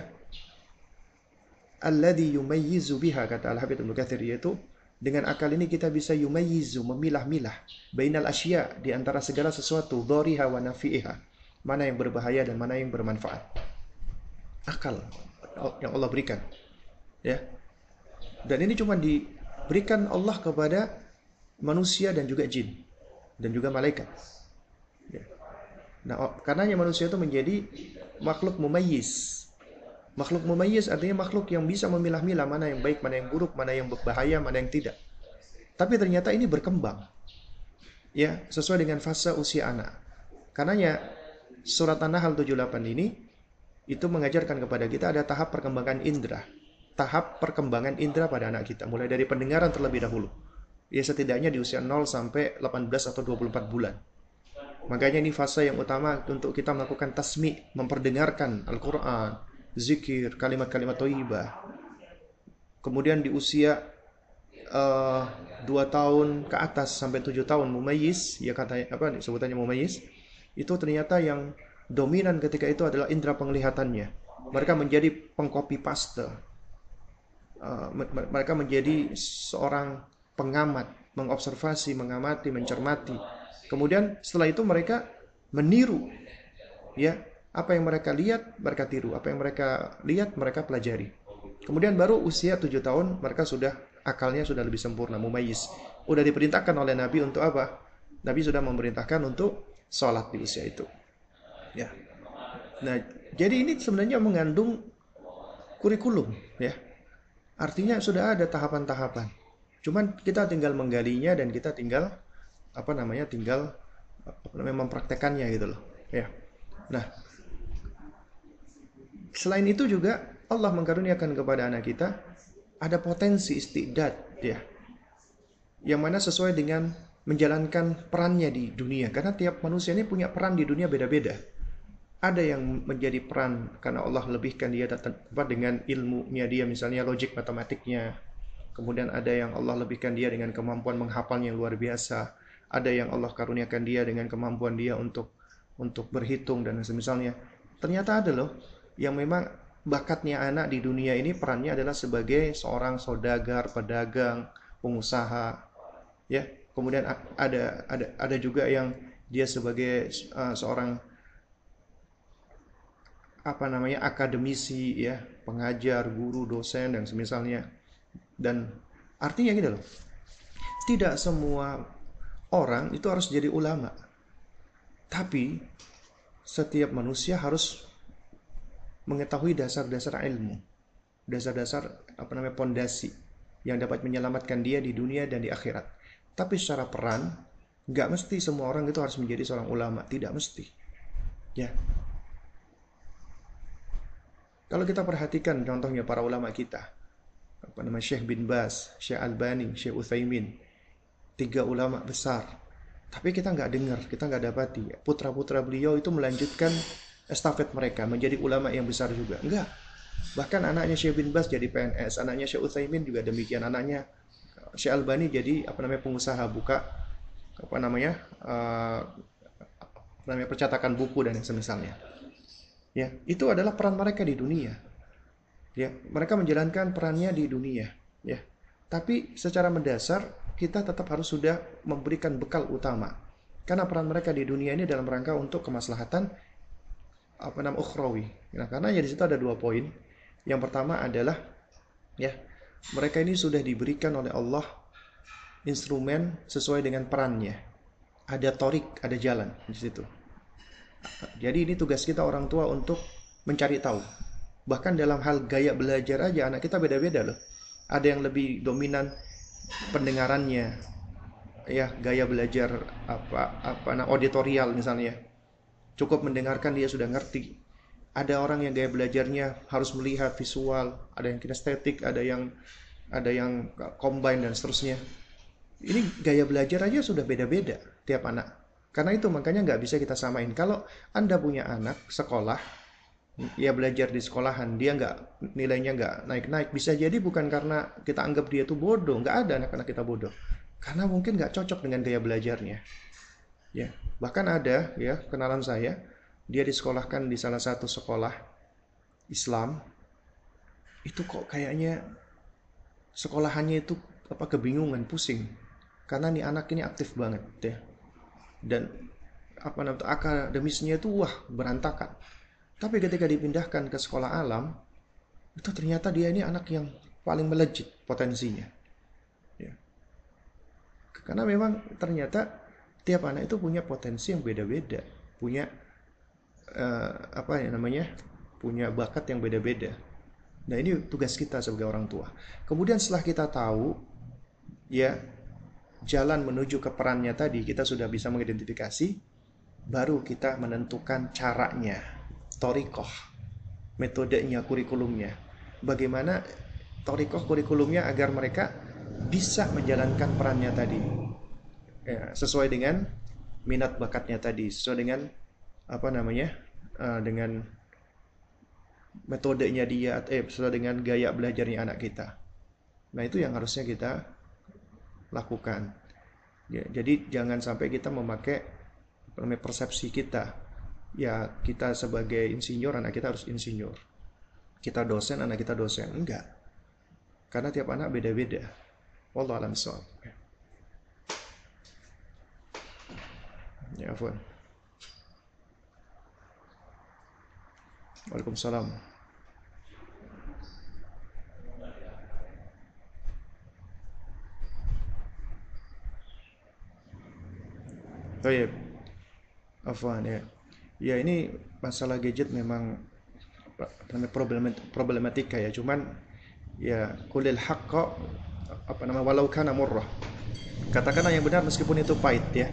alladhi yumayyizu biha, kata Al-Hafidz Ibnu Katsir, yaitu dengan akal ini kita bisa yumayyizu, memilah-milah, bainal asya, di antara segala sesuatu, dhariha wa nafi'iha, mana yang berbahaya dan mana yang bermanfaat. Akal yang Allah berikan ya. Dan ini cuma diberikan Allah kepada manusia dan juga jin dan juga malaikat. Ya. Nah, karenanya manusia itu menjadi makhluk mumayyiz. Makhluk mumayyiz artinya makhluk yang bisa memilah-milah mana yang baik, mana yang buruk, mana yang berbahaya, mana yang tidak. Tapi ternyata ini berkembang, ya, sesuai dengan fase usia anak. Karenanya surat An-Nahl 78 ini itu mengajarkan kepada kita ada tahap perkembangan indera. Tahap perkembangan indera pada anak kita, mulai dari pendengaran terlebih dahulu. Ya, setidaknya di usia 0 sampai 18 atau 24 bulan. Makanya ini fase yang utama untuk kita melakukan tasmi', memperdengarkan Al-Quran, zikir, kalimat-kalimat thayyibah. Kemudian di usia 2 tahun ke atas sampai 7 tahun mumayyiz, ya katanya apa sebutannya mumayyiz, itu ternyata yang dominan ketika itu adalah indera penglihatannya. Mereka menjadi pengcopy paste. Mereka menjadi seorang pengamat, mengobservasi, mengamati, mencermati. Kemudian setelah itu mereka meniru, ya, apa yang mereka lihat mereka tiru, apa yang mereka lihat mereka pelajari. Kemudian baru usia 7 tahun mereka sudah akalnya sudah lebih sempurna, mumayyiz. Udah diperintahkan oleh Nabi untuk apa? Nabi sudah memerintahkan untuk sholat di usia itu. Ya. Nah, jadi ini sebenarnya mengandung kurikulum, ya. Artinya sudah ada tahapan-tahapan. Cuman kita tinggal menggalinya dan kita tinggal mempraktekannya gitu loh, ya. Nah, selain itu juga Allah mengkaruniakan kepada anak kita ada potensi istidad, ya, yang mana sesuai dengan menjalankan perannya di dunia. Karena tiap manusia ini punya peran di dunia beda-beda. Ada yang menjadi peran karena Allah lebihkan dia dengan ilmunya dia, misalnya logik matematiknya. Kemudian ada yang Allah lebihkan dia dengan kemampuan menghafalnya yang luar biasa. Ada yang Allah karuniakan dia dengan kemampuan dia untuk berhitung dan semisalnya. Ternyata ada loh yang memang bakatnya anak di dunia ini perannya adalah sebagai seorang saudagar, pedagang, pengusaha, ya. Kemudian ada juga yang dia sebagai seorang akademisi, ya, pengajar, guru, dosen dan semisalnya. Dan artinya gitu loh, tidak semua orang itu harus jadi ulama, tapi setiap manusia harus mengetahui dasar-dasar ilmu, dasar-dasar pondasi yang dapat menyelamatkan dia di dunia dan di akhirat. Tapi secara peran, nggak mesti semua orang itu harus menjadi seorang ulama, tidak mesti, ya. Kalau kita perhatikan contohnya para ulama kita, Syekh bin Baz, Syekh Albani, Syekh Utsaimin, 3 ulama besar. Tapi kita nggak dengar, kita nggak dapati putra-putra beliau itu melanjutkan estafet mereka menjadi ulama yang besar juga. Enggak. Bahkan anaknya Syekh bin Baz jadi PNS, anaknya Syekh Utsaimin juga demikian, anaknya Syekh Albani jadi pengusaha, buka percetakan buku dan semisalnya. Ya, itu adalah peran mereka di dunia. Ya, mereka menjalankan perannya di dunia, ya. Tapi secara mendasar kita tetap harus sudah memberikan bekal utama. Karena peran mereka di dunia ini dalam rangka untuk kemaslahatan ukhrawi. Nah, karena di situ ada 2 poin. Yang pertama adalah, ya, mereka ini sudah diberikan oleh Allah instrumen sesuai dengan perannya. Ada torik, ada jalan di situ. Jadi ini tugas kita orang tua untuk mencari tahu. Bahkan dalam hal gaya belajar aja anak kita beda-beda loh. Ada yang lebih dominan pendengarannya, ya, gaya belajar auditorial misalnya. Cukup mendengarkan dia sudah ngerti. Ada orang yang gaya belajarnya harus melihat visual, ada yang kinestetik, ada yang combine dan seterusnya. Ini gaya belajar aja sudah beda-beda tiap anak. Karena itu makanya nggak bisa kita samain. Kalau Anda punya anak sekolah, ya belajar di sekolahan, dia nilainya nggak naik-naik, bisa jadi bukan karena kita anggap dia tuh bodoh. Nggak ada anak-anak kita bodoh, karena mungkin nggak cocok dengan gaya belajarnya, ya. Bahkan ada, ya, kenalan saya, dia disekolahkan di salah satu sekolah Islam, itu kok kayaknya sekolahannya itu kebingungan, pusing, karena nih anak ini aktif banget, ya. Dan akademisnya itu berantakan. Tapi ketika dipindahkan ke sekolah alam, itu ternyata dia ini anak yang paling melejit potensinya. Ya. Karena memang ternyata tiap anak itu punya potensi yang beda-beda, punya apa ya namanya, punya bakat yang beda-beda. Nah ini tugas kita sebagai orang tua. Kemudian setelah kita tahu ya jalan menuju ke perannya tadi, kita sudah bisa mengidentifikasi, baru kita menentukan caranya, torikoh, metodenya, kurikulumnya. Bagaimana torikoh kurikulumnya agar mereka bisa menjalankan perannya tadi, ya, sesuai dengan minat bakatnya tadi, sesuai dengan apa namanya, dengan metodenya dia, sesuai dengan gaya belajarnya anak kita. Nah itu yang harusnya kita lakukan. Ya, jadi jangan sampai kita memakai persepsi kita. Ya kita sebagai insinyur, anak kita harus insinyur. Kita dosen, anak kita dosen. Enggak. Karena tiap anak beda-beda. Wallahu a'lam bishawab. Ya, afwan. Waalaikumsalam. Baik, afwan ya. Ya ini masalah gadget memang problematika ya. Cuman ya kulil haqqa, apa nama, walau kana murrah. Katakanlah yang benar meskipun itu pahit ya.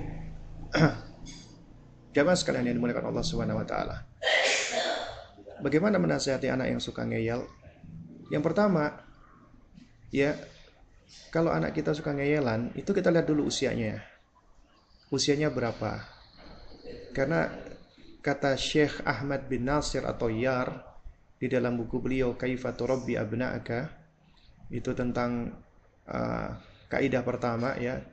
Jamaah sekalian yang dimuliakan Allah Subhanahu wa taala. Bagaimana menasihati anak yang suka ngeyel? Yang pertama, ya, kalau anak kita suka ngeyelan, itu kita lihat dulu usianya. Usianya berapa? Karena kata Syekh Ahmad bin Nasir atau Yar di dalam buku beliau Kaifa Turabbi Abna'aka, itu tentang kaidah pertama ya,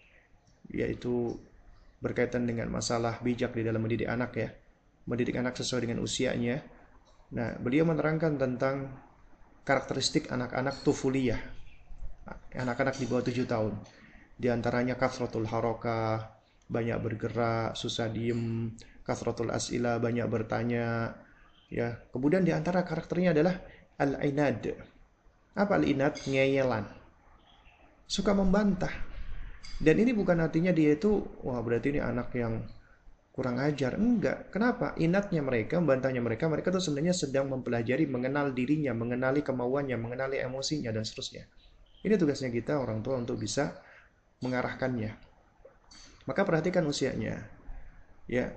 yaitu berkaitan dengan masalah bijak di dalam mendidik anak ya. Mendidik anak sesuai dengan usianya. Nah, beliau menerangkan tentang karakteristik anak-anak tufuliyah, anak-anak di bawah 7 tahun. Di antaranya kasratul harakah, banyak bergerak, susah diem, kasratul as'ilah, banyak bertanya. Ya, kemudian di antara karakternya adalah al-inad. Apa al-inad? Ngeyelan. Suka membantah. Dan ini bukan artinya dia itu, wah berarti ini anak yang kurang ajar. Enggak. Kenapa? Inatnya mereka, membantahnya mereka itu sebenarnya sedang mempelajari, mengenal dirinya, mengenali kemauannya, mengenali emosinya, dan seterusnya. Ini tugasnya kita orang tua untuk bisa mengarahkannya. Maka perhatikan usianya. Ya,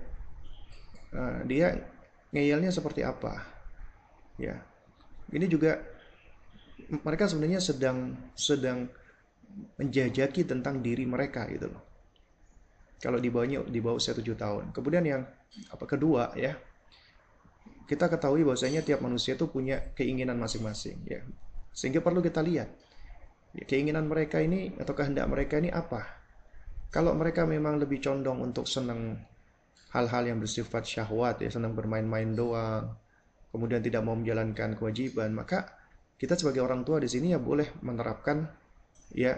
dia ngeyelnya seperti apa. Ya, ini juga mereka sebenarnya sedang menjajaki tentang diri mereka gitu loh. Kalau di bawah usia 7 tahun. Kemudian yang kedua ya, kita ketahui bahwasanya tiap manusia itu punya keinginan masing-masing ya. Sehingga perlu kita lihat ya, keinginan mereka ini atau kehendak mereka ini apa. Kalau mereka memang lebih condong untuk senang hal-hal yang bersifat syahwat ya, senang bermain-main doang, kemudian tidak mau menjalankan kewajiban, maka kita sebagai orang tua di sini ya boleh menerapkan ya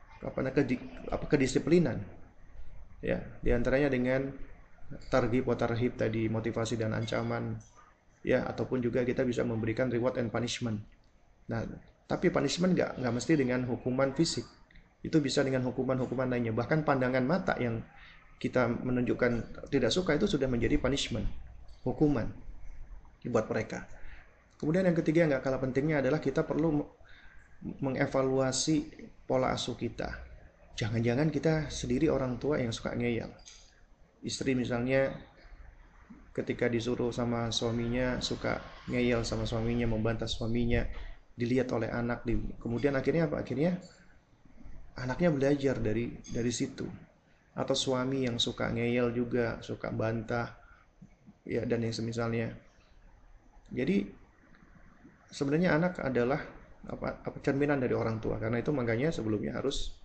kedisiplinan. Ya, diantaranya dengan targhib wa tarhib tadi, motivasi dan ancaman, ya, ataupun juga kita bisa memberikan reward and punishment. Nah, tapi punishment nggak mesti dengan hukuman fisik, itu bisa dengan hukuman-hukuman lainnya. Bahkan pandangan mata yang kita menunjukkan tidak suka itu sudah menjadi punishment, hukuman buat mereka. Kemudian yang ketiga yang nggak kalah pentingnya adalah kita perlu mengevaluasi pola asuh kita. Jangan-jangan kita sendiri orang tua yang suka ngeyel. Istri misalnya ketika disuruh sama suaminya suka ngeyel sama suaminya, membantah suaminya, dilihat oleh anak, kemudian akhirnya apa? Akhirnya anaknya belajar dari situ. Atau suami yang suka ngeyel juga, suka bantah, ya, dan yang semisalnya. Jadi sebenarnya anak adalah cerminan dari orang tua. Karena itu makanya sebelumnya harus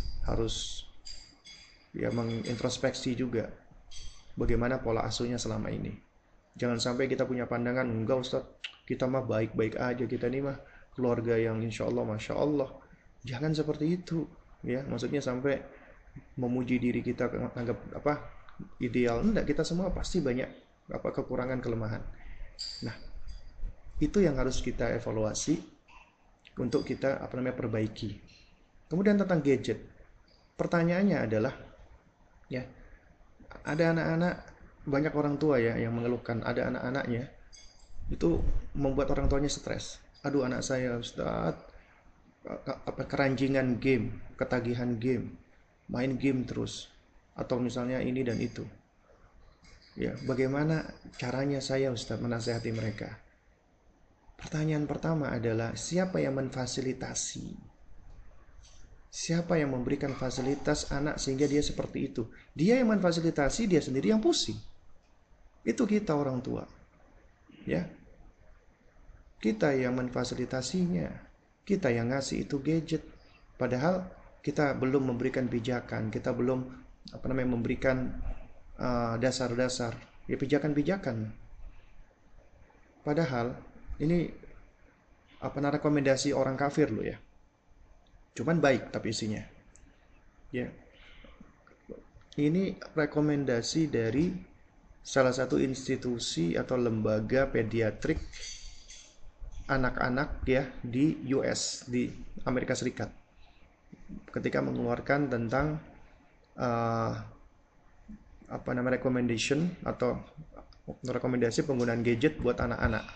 ya mengintrospeksi juga bagaimana pola asuhnya selama ini. Jangan sampai kita punya pandangan, enggak Ustadz, kita mah baik-baik aja, kita nih mah keluarga yang insya Allah, masya Allah. Jangan seperti itu, ya. Maksudnya sampai memuji diri kita, anggap ideal. Enggak, kita semua pasti banyak kekurangan, kelemahan. Nah, itu yang harus kita evaluasi. untuk kita perbaiki. Kemudian tentang gadget. Pertanyaannya adalah ya, ada anak-anak, banyak orang tua ya yang mengeluhkan ada anak-anaknya itu membuat orang tuanya stres. Aduh, anak saya Ustaz keranjingan game, ketagihan game, main game terus, atau misalnya ini dan itu. Ya, bagaimana caranya saya Ustaz menasehati mereka? Pertanyaan pertama adalah siapa yang memfasilitasi? Siapa yang memberikan fasilitas anak sehingga dia seperti itu? Dia yang memfasilitasi, dia sendiri yang pusing. Itu kita orang tua. Ya. Kita yang memfasilitasinya. Kita yang ngasih itu gadget. Padahal kita belum memberikan pijakan, kita belum memberikan dasar-dasar ya pijakan-pijakan. Padahal ini rekomendasi orang kafir loh ya. Cuman baik tapi isinya. Ya. Ini rekomendasi dari salah satu institusi atau lembaga pediatrik anak-anak ya di US, di Amerika Serikat. Ketika mengeluarkan tentang recommendation atau rekomendasi penggunaan gadget buat anak-anak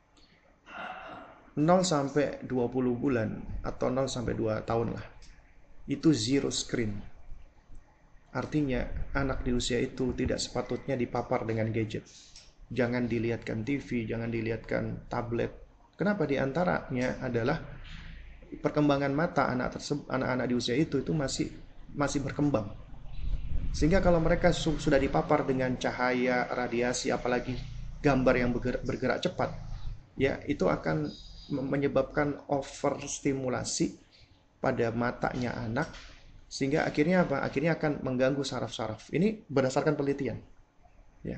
0 sampai 20 bulan atau 0 sampai 2 tahun lah. Itu zero screen. Artinya anak di usia itu tidak sepatutnya dipapar dengan gadget. Jangan dilihatkan TV, jangan dilihatkan tablet. Kenapa? Di antaranya adalah perkembangan mata anak-anak di usia itu masih berkembang. Sehingga kalau mereka sudah dipapar dengan cahaya, radiasi, apalagi gambar yang bergerak cepat, ya itu akan menyebabkan overstimulasi pada matanya anak, sehingga akhirnya apa? Akhirnya akan mengganggu saraf-saraf. Ini berdasarkan penelitian. Ya.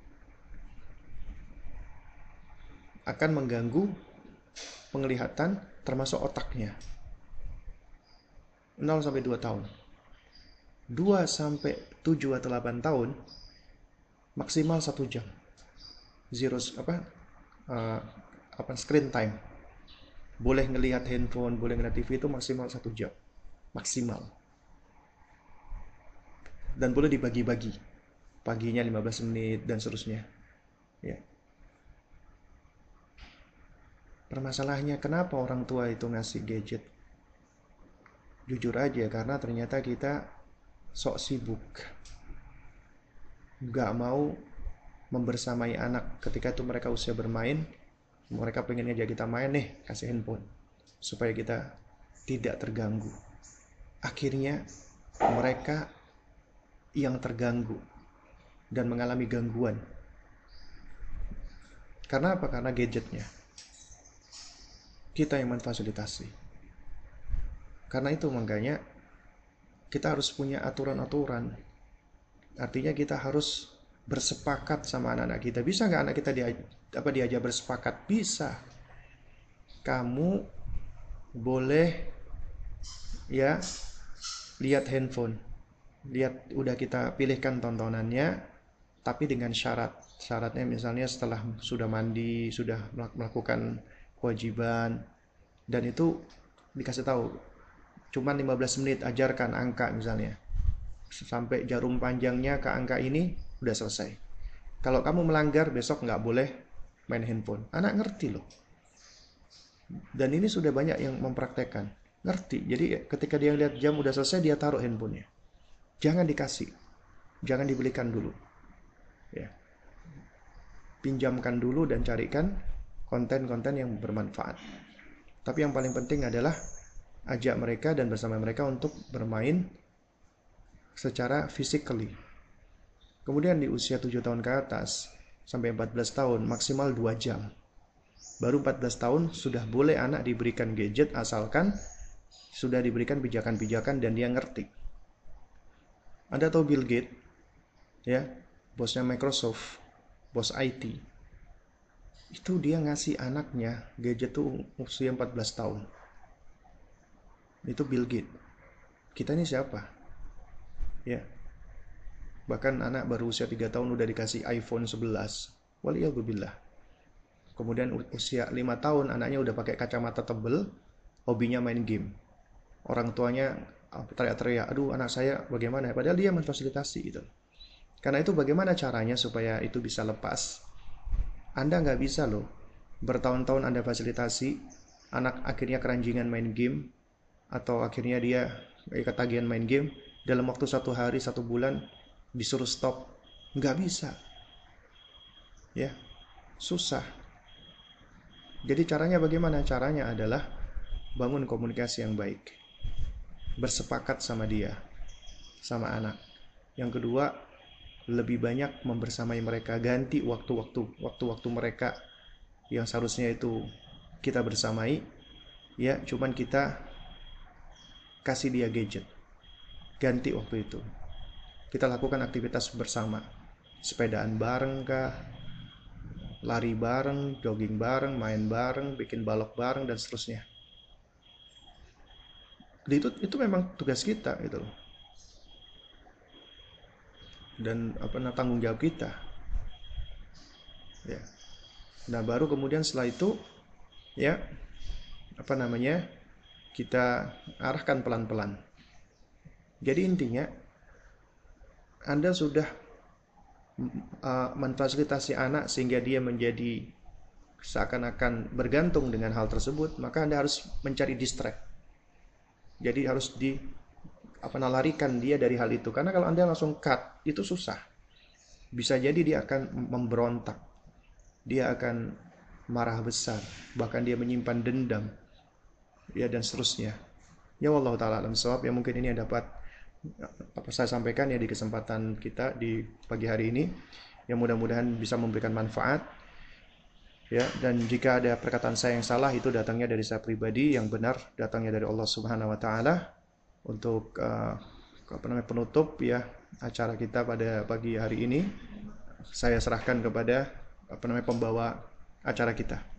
Akan mengganggu penglihatan termasuk otaknya. 0 sampai 2 tahun. 2 sampai 7 atau 8 tahun maksimal 1 jam. Zero screen time. Boleh ngelihat handphone, boleh ngelihat TV itu maksimal 1 jam. Maksimal. Dan boleh dibagi-bagi. Paginya 15 menit dan seterusnya. Ya. Permasalahannya kenapa orang tua itu ngasih gadget? Jujur aja, karena ternyata kita sok sibuk. Gak mau membersamai anak ketika itu mereka usia bermain. Mereka pengen ngajak kita main nih, kasih handphone. Supaya kita tidak terganggu. Akhirnya mereka yang terganggu dan mengalami gangguan. Karena apa? Karena gadgetnya. Kita yang memfasilitasi. Karena itu makanya kita harus punya aturan-aturan. Artinya kita harus bersepakat sama anak-anak kita. Bisa nggak anak kita diajak bersepakat? Bisa. Kamu boleh ya lihat handphone. Lihat, udah kita pilihkan tontonannya, tapi dengan syarat. Syaratnya misalnya setelah sudah mandi, sudah melakukan kewajiban, dan itu dikasih tahu cuman 15 menit, ajarkan angka misalnya sampai jarum panjangnya ke angka ini udah selesai. Kalau kamu melanggar besok nggak boleh main handphone. Anak ngerti loh, dan ini sudah banyak yang mempraktekkan, ngerti. Jadi ketika dia lihat jam udah selesai, dia taruh handphonenya. Jangan dikasih, jangan dibelikan dulu ya, pinjamkan dulu dan carikan konten-konten yang bermanfaat. Tapi yang paling penting adalah ajak mereka dan bersama mereka untuk bermain secara physically. Kemudian di usia 7 tahun ke atas sampai 14 tahun maksimal 2 jam. Baru 14 tahun sudah boleh anak diberikan gadget asalkan sudah diberikan pijakan-pijakan dan dia ngerti. Anda tahu Bill Gates ya, bosnya Microsoft, bos IT. Itu dia ngasih anaknya gadget tuh usia 14 tahun. Itu Bill Gates. Kita ini siapa? Ya. Bahkan anak baru usia 3 tahun udah dikasih iPhone 11. Waliyahzubillah. Kemudian usia 5 tahun anaknya udah pakai kacamata tebel, hobinya main game. Orang tuanya teriak-teriak, aduh anak saya bagaimana, padahal dia memfasilitasi gitu. Karena itu bagaimana caranya supaya itu bisa lepas? Anda nggak bisa loh bertahun-tahun Anda fasilitasi, anak akhirnya keranjingan main game, atau akhirnya dia ketagihan main game, dalam waktu 1 hari 1 bulan disuruh stop. Nggak bisa, ya, susah. Jadi caranya bagaimana? Caranya adalah bangun komunikasi yang baik, bersepakat sama dia, sama anak. Yang kedua, lebih banyak membersamai mereka, ganti waktu-waktu mereka yang seharusnya itu kita bersamai, ya, cuman kita kasih dia gadget. Ganti waktu itu. Kita lakukan aktivitas bersama. Sepedaan bareng kah, lari bareng, jogging bareng, main bareng, bikin balok bareng dan seterusnya. Itu memang tugas kita gitu loh. Dan tanggung jawab kita. Ya. Nah, baru kemudian setelah itu ya kita arahkan pelan-pelan. Jadi intinya Anda sudah memfasilitasi anak sehingga dia menjadi seakan-akan bergantung dengan hal tersebut, maka Anda harus mencari distract. Jadi harus larikan dia dari hal itu. Karena kalau Anda langsung cut, itu susah. Bisa jadi dia akan memberontak. Dia akan marah besar, bahkan dia menyimpan dendam. Ya, dan seterusnya. Ya, wallahu taala alam shawab. Ya, mungkin ini yang dapat saya sampaikan ya di kesempatan kita di pagi hari ini. Yang mudah-mudahan bisa memberikan manfaat. Ya, dan jika ada perkataan saya yang salah, itu datangnya dari saya pribadi, yang benar datangnya dari Allah Subhanahu wa taala. Untuk penutup ya acara kita pada pagi hari ini, saya serahkan kepada pembawa acara kita.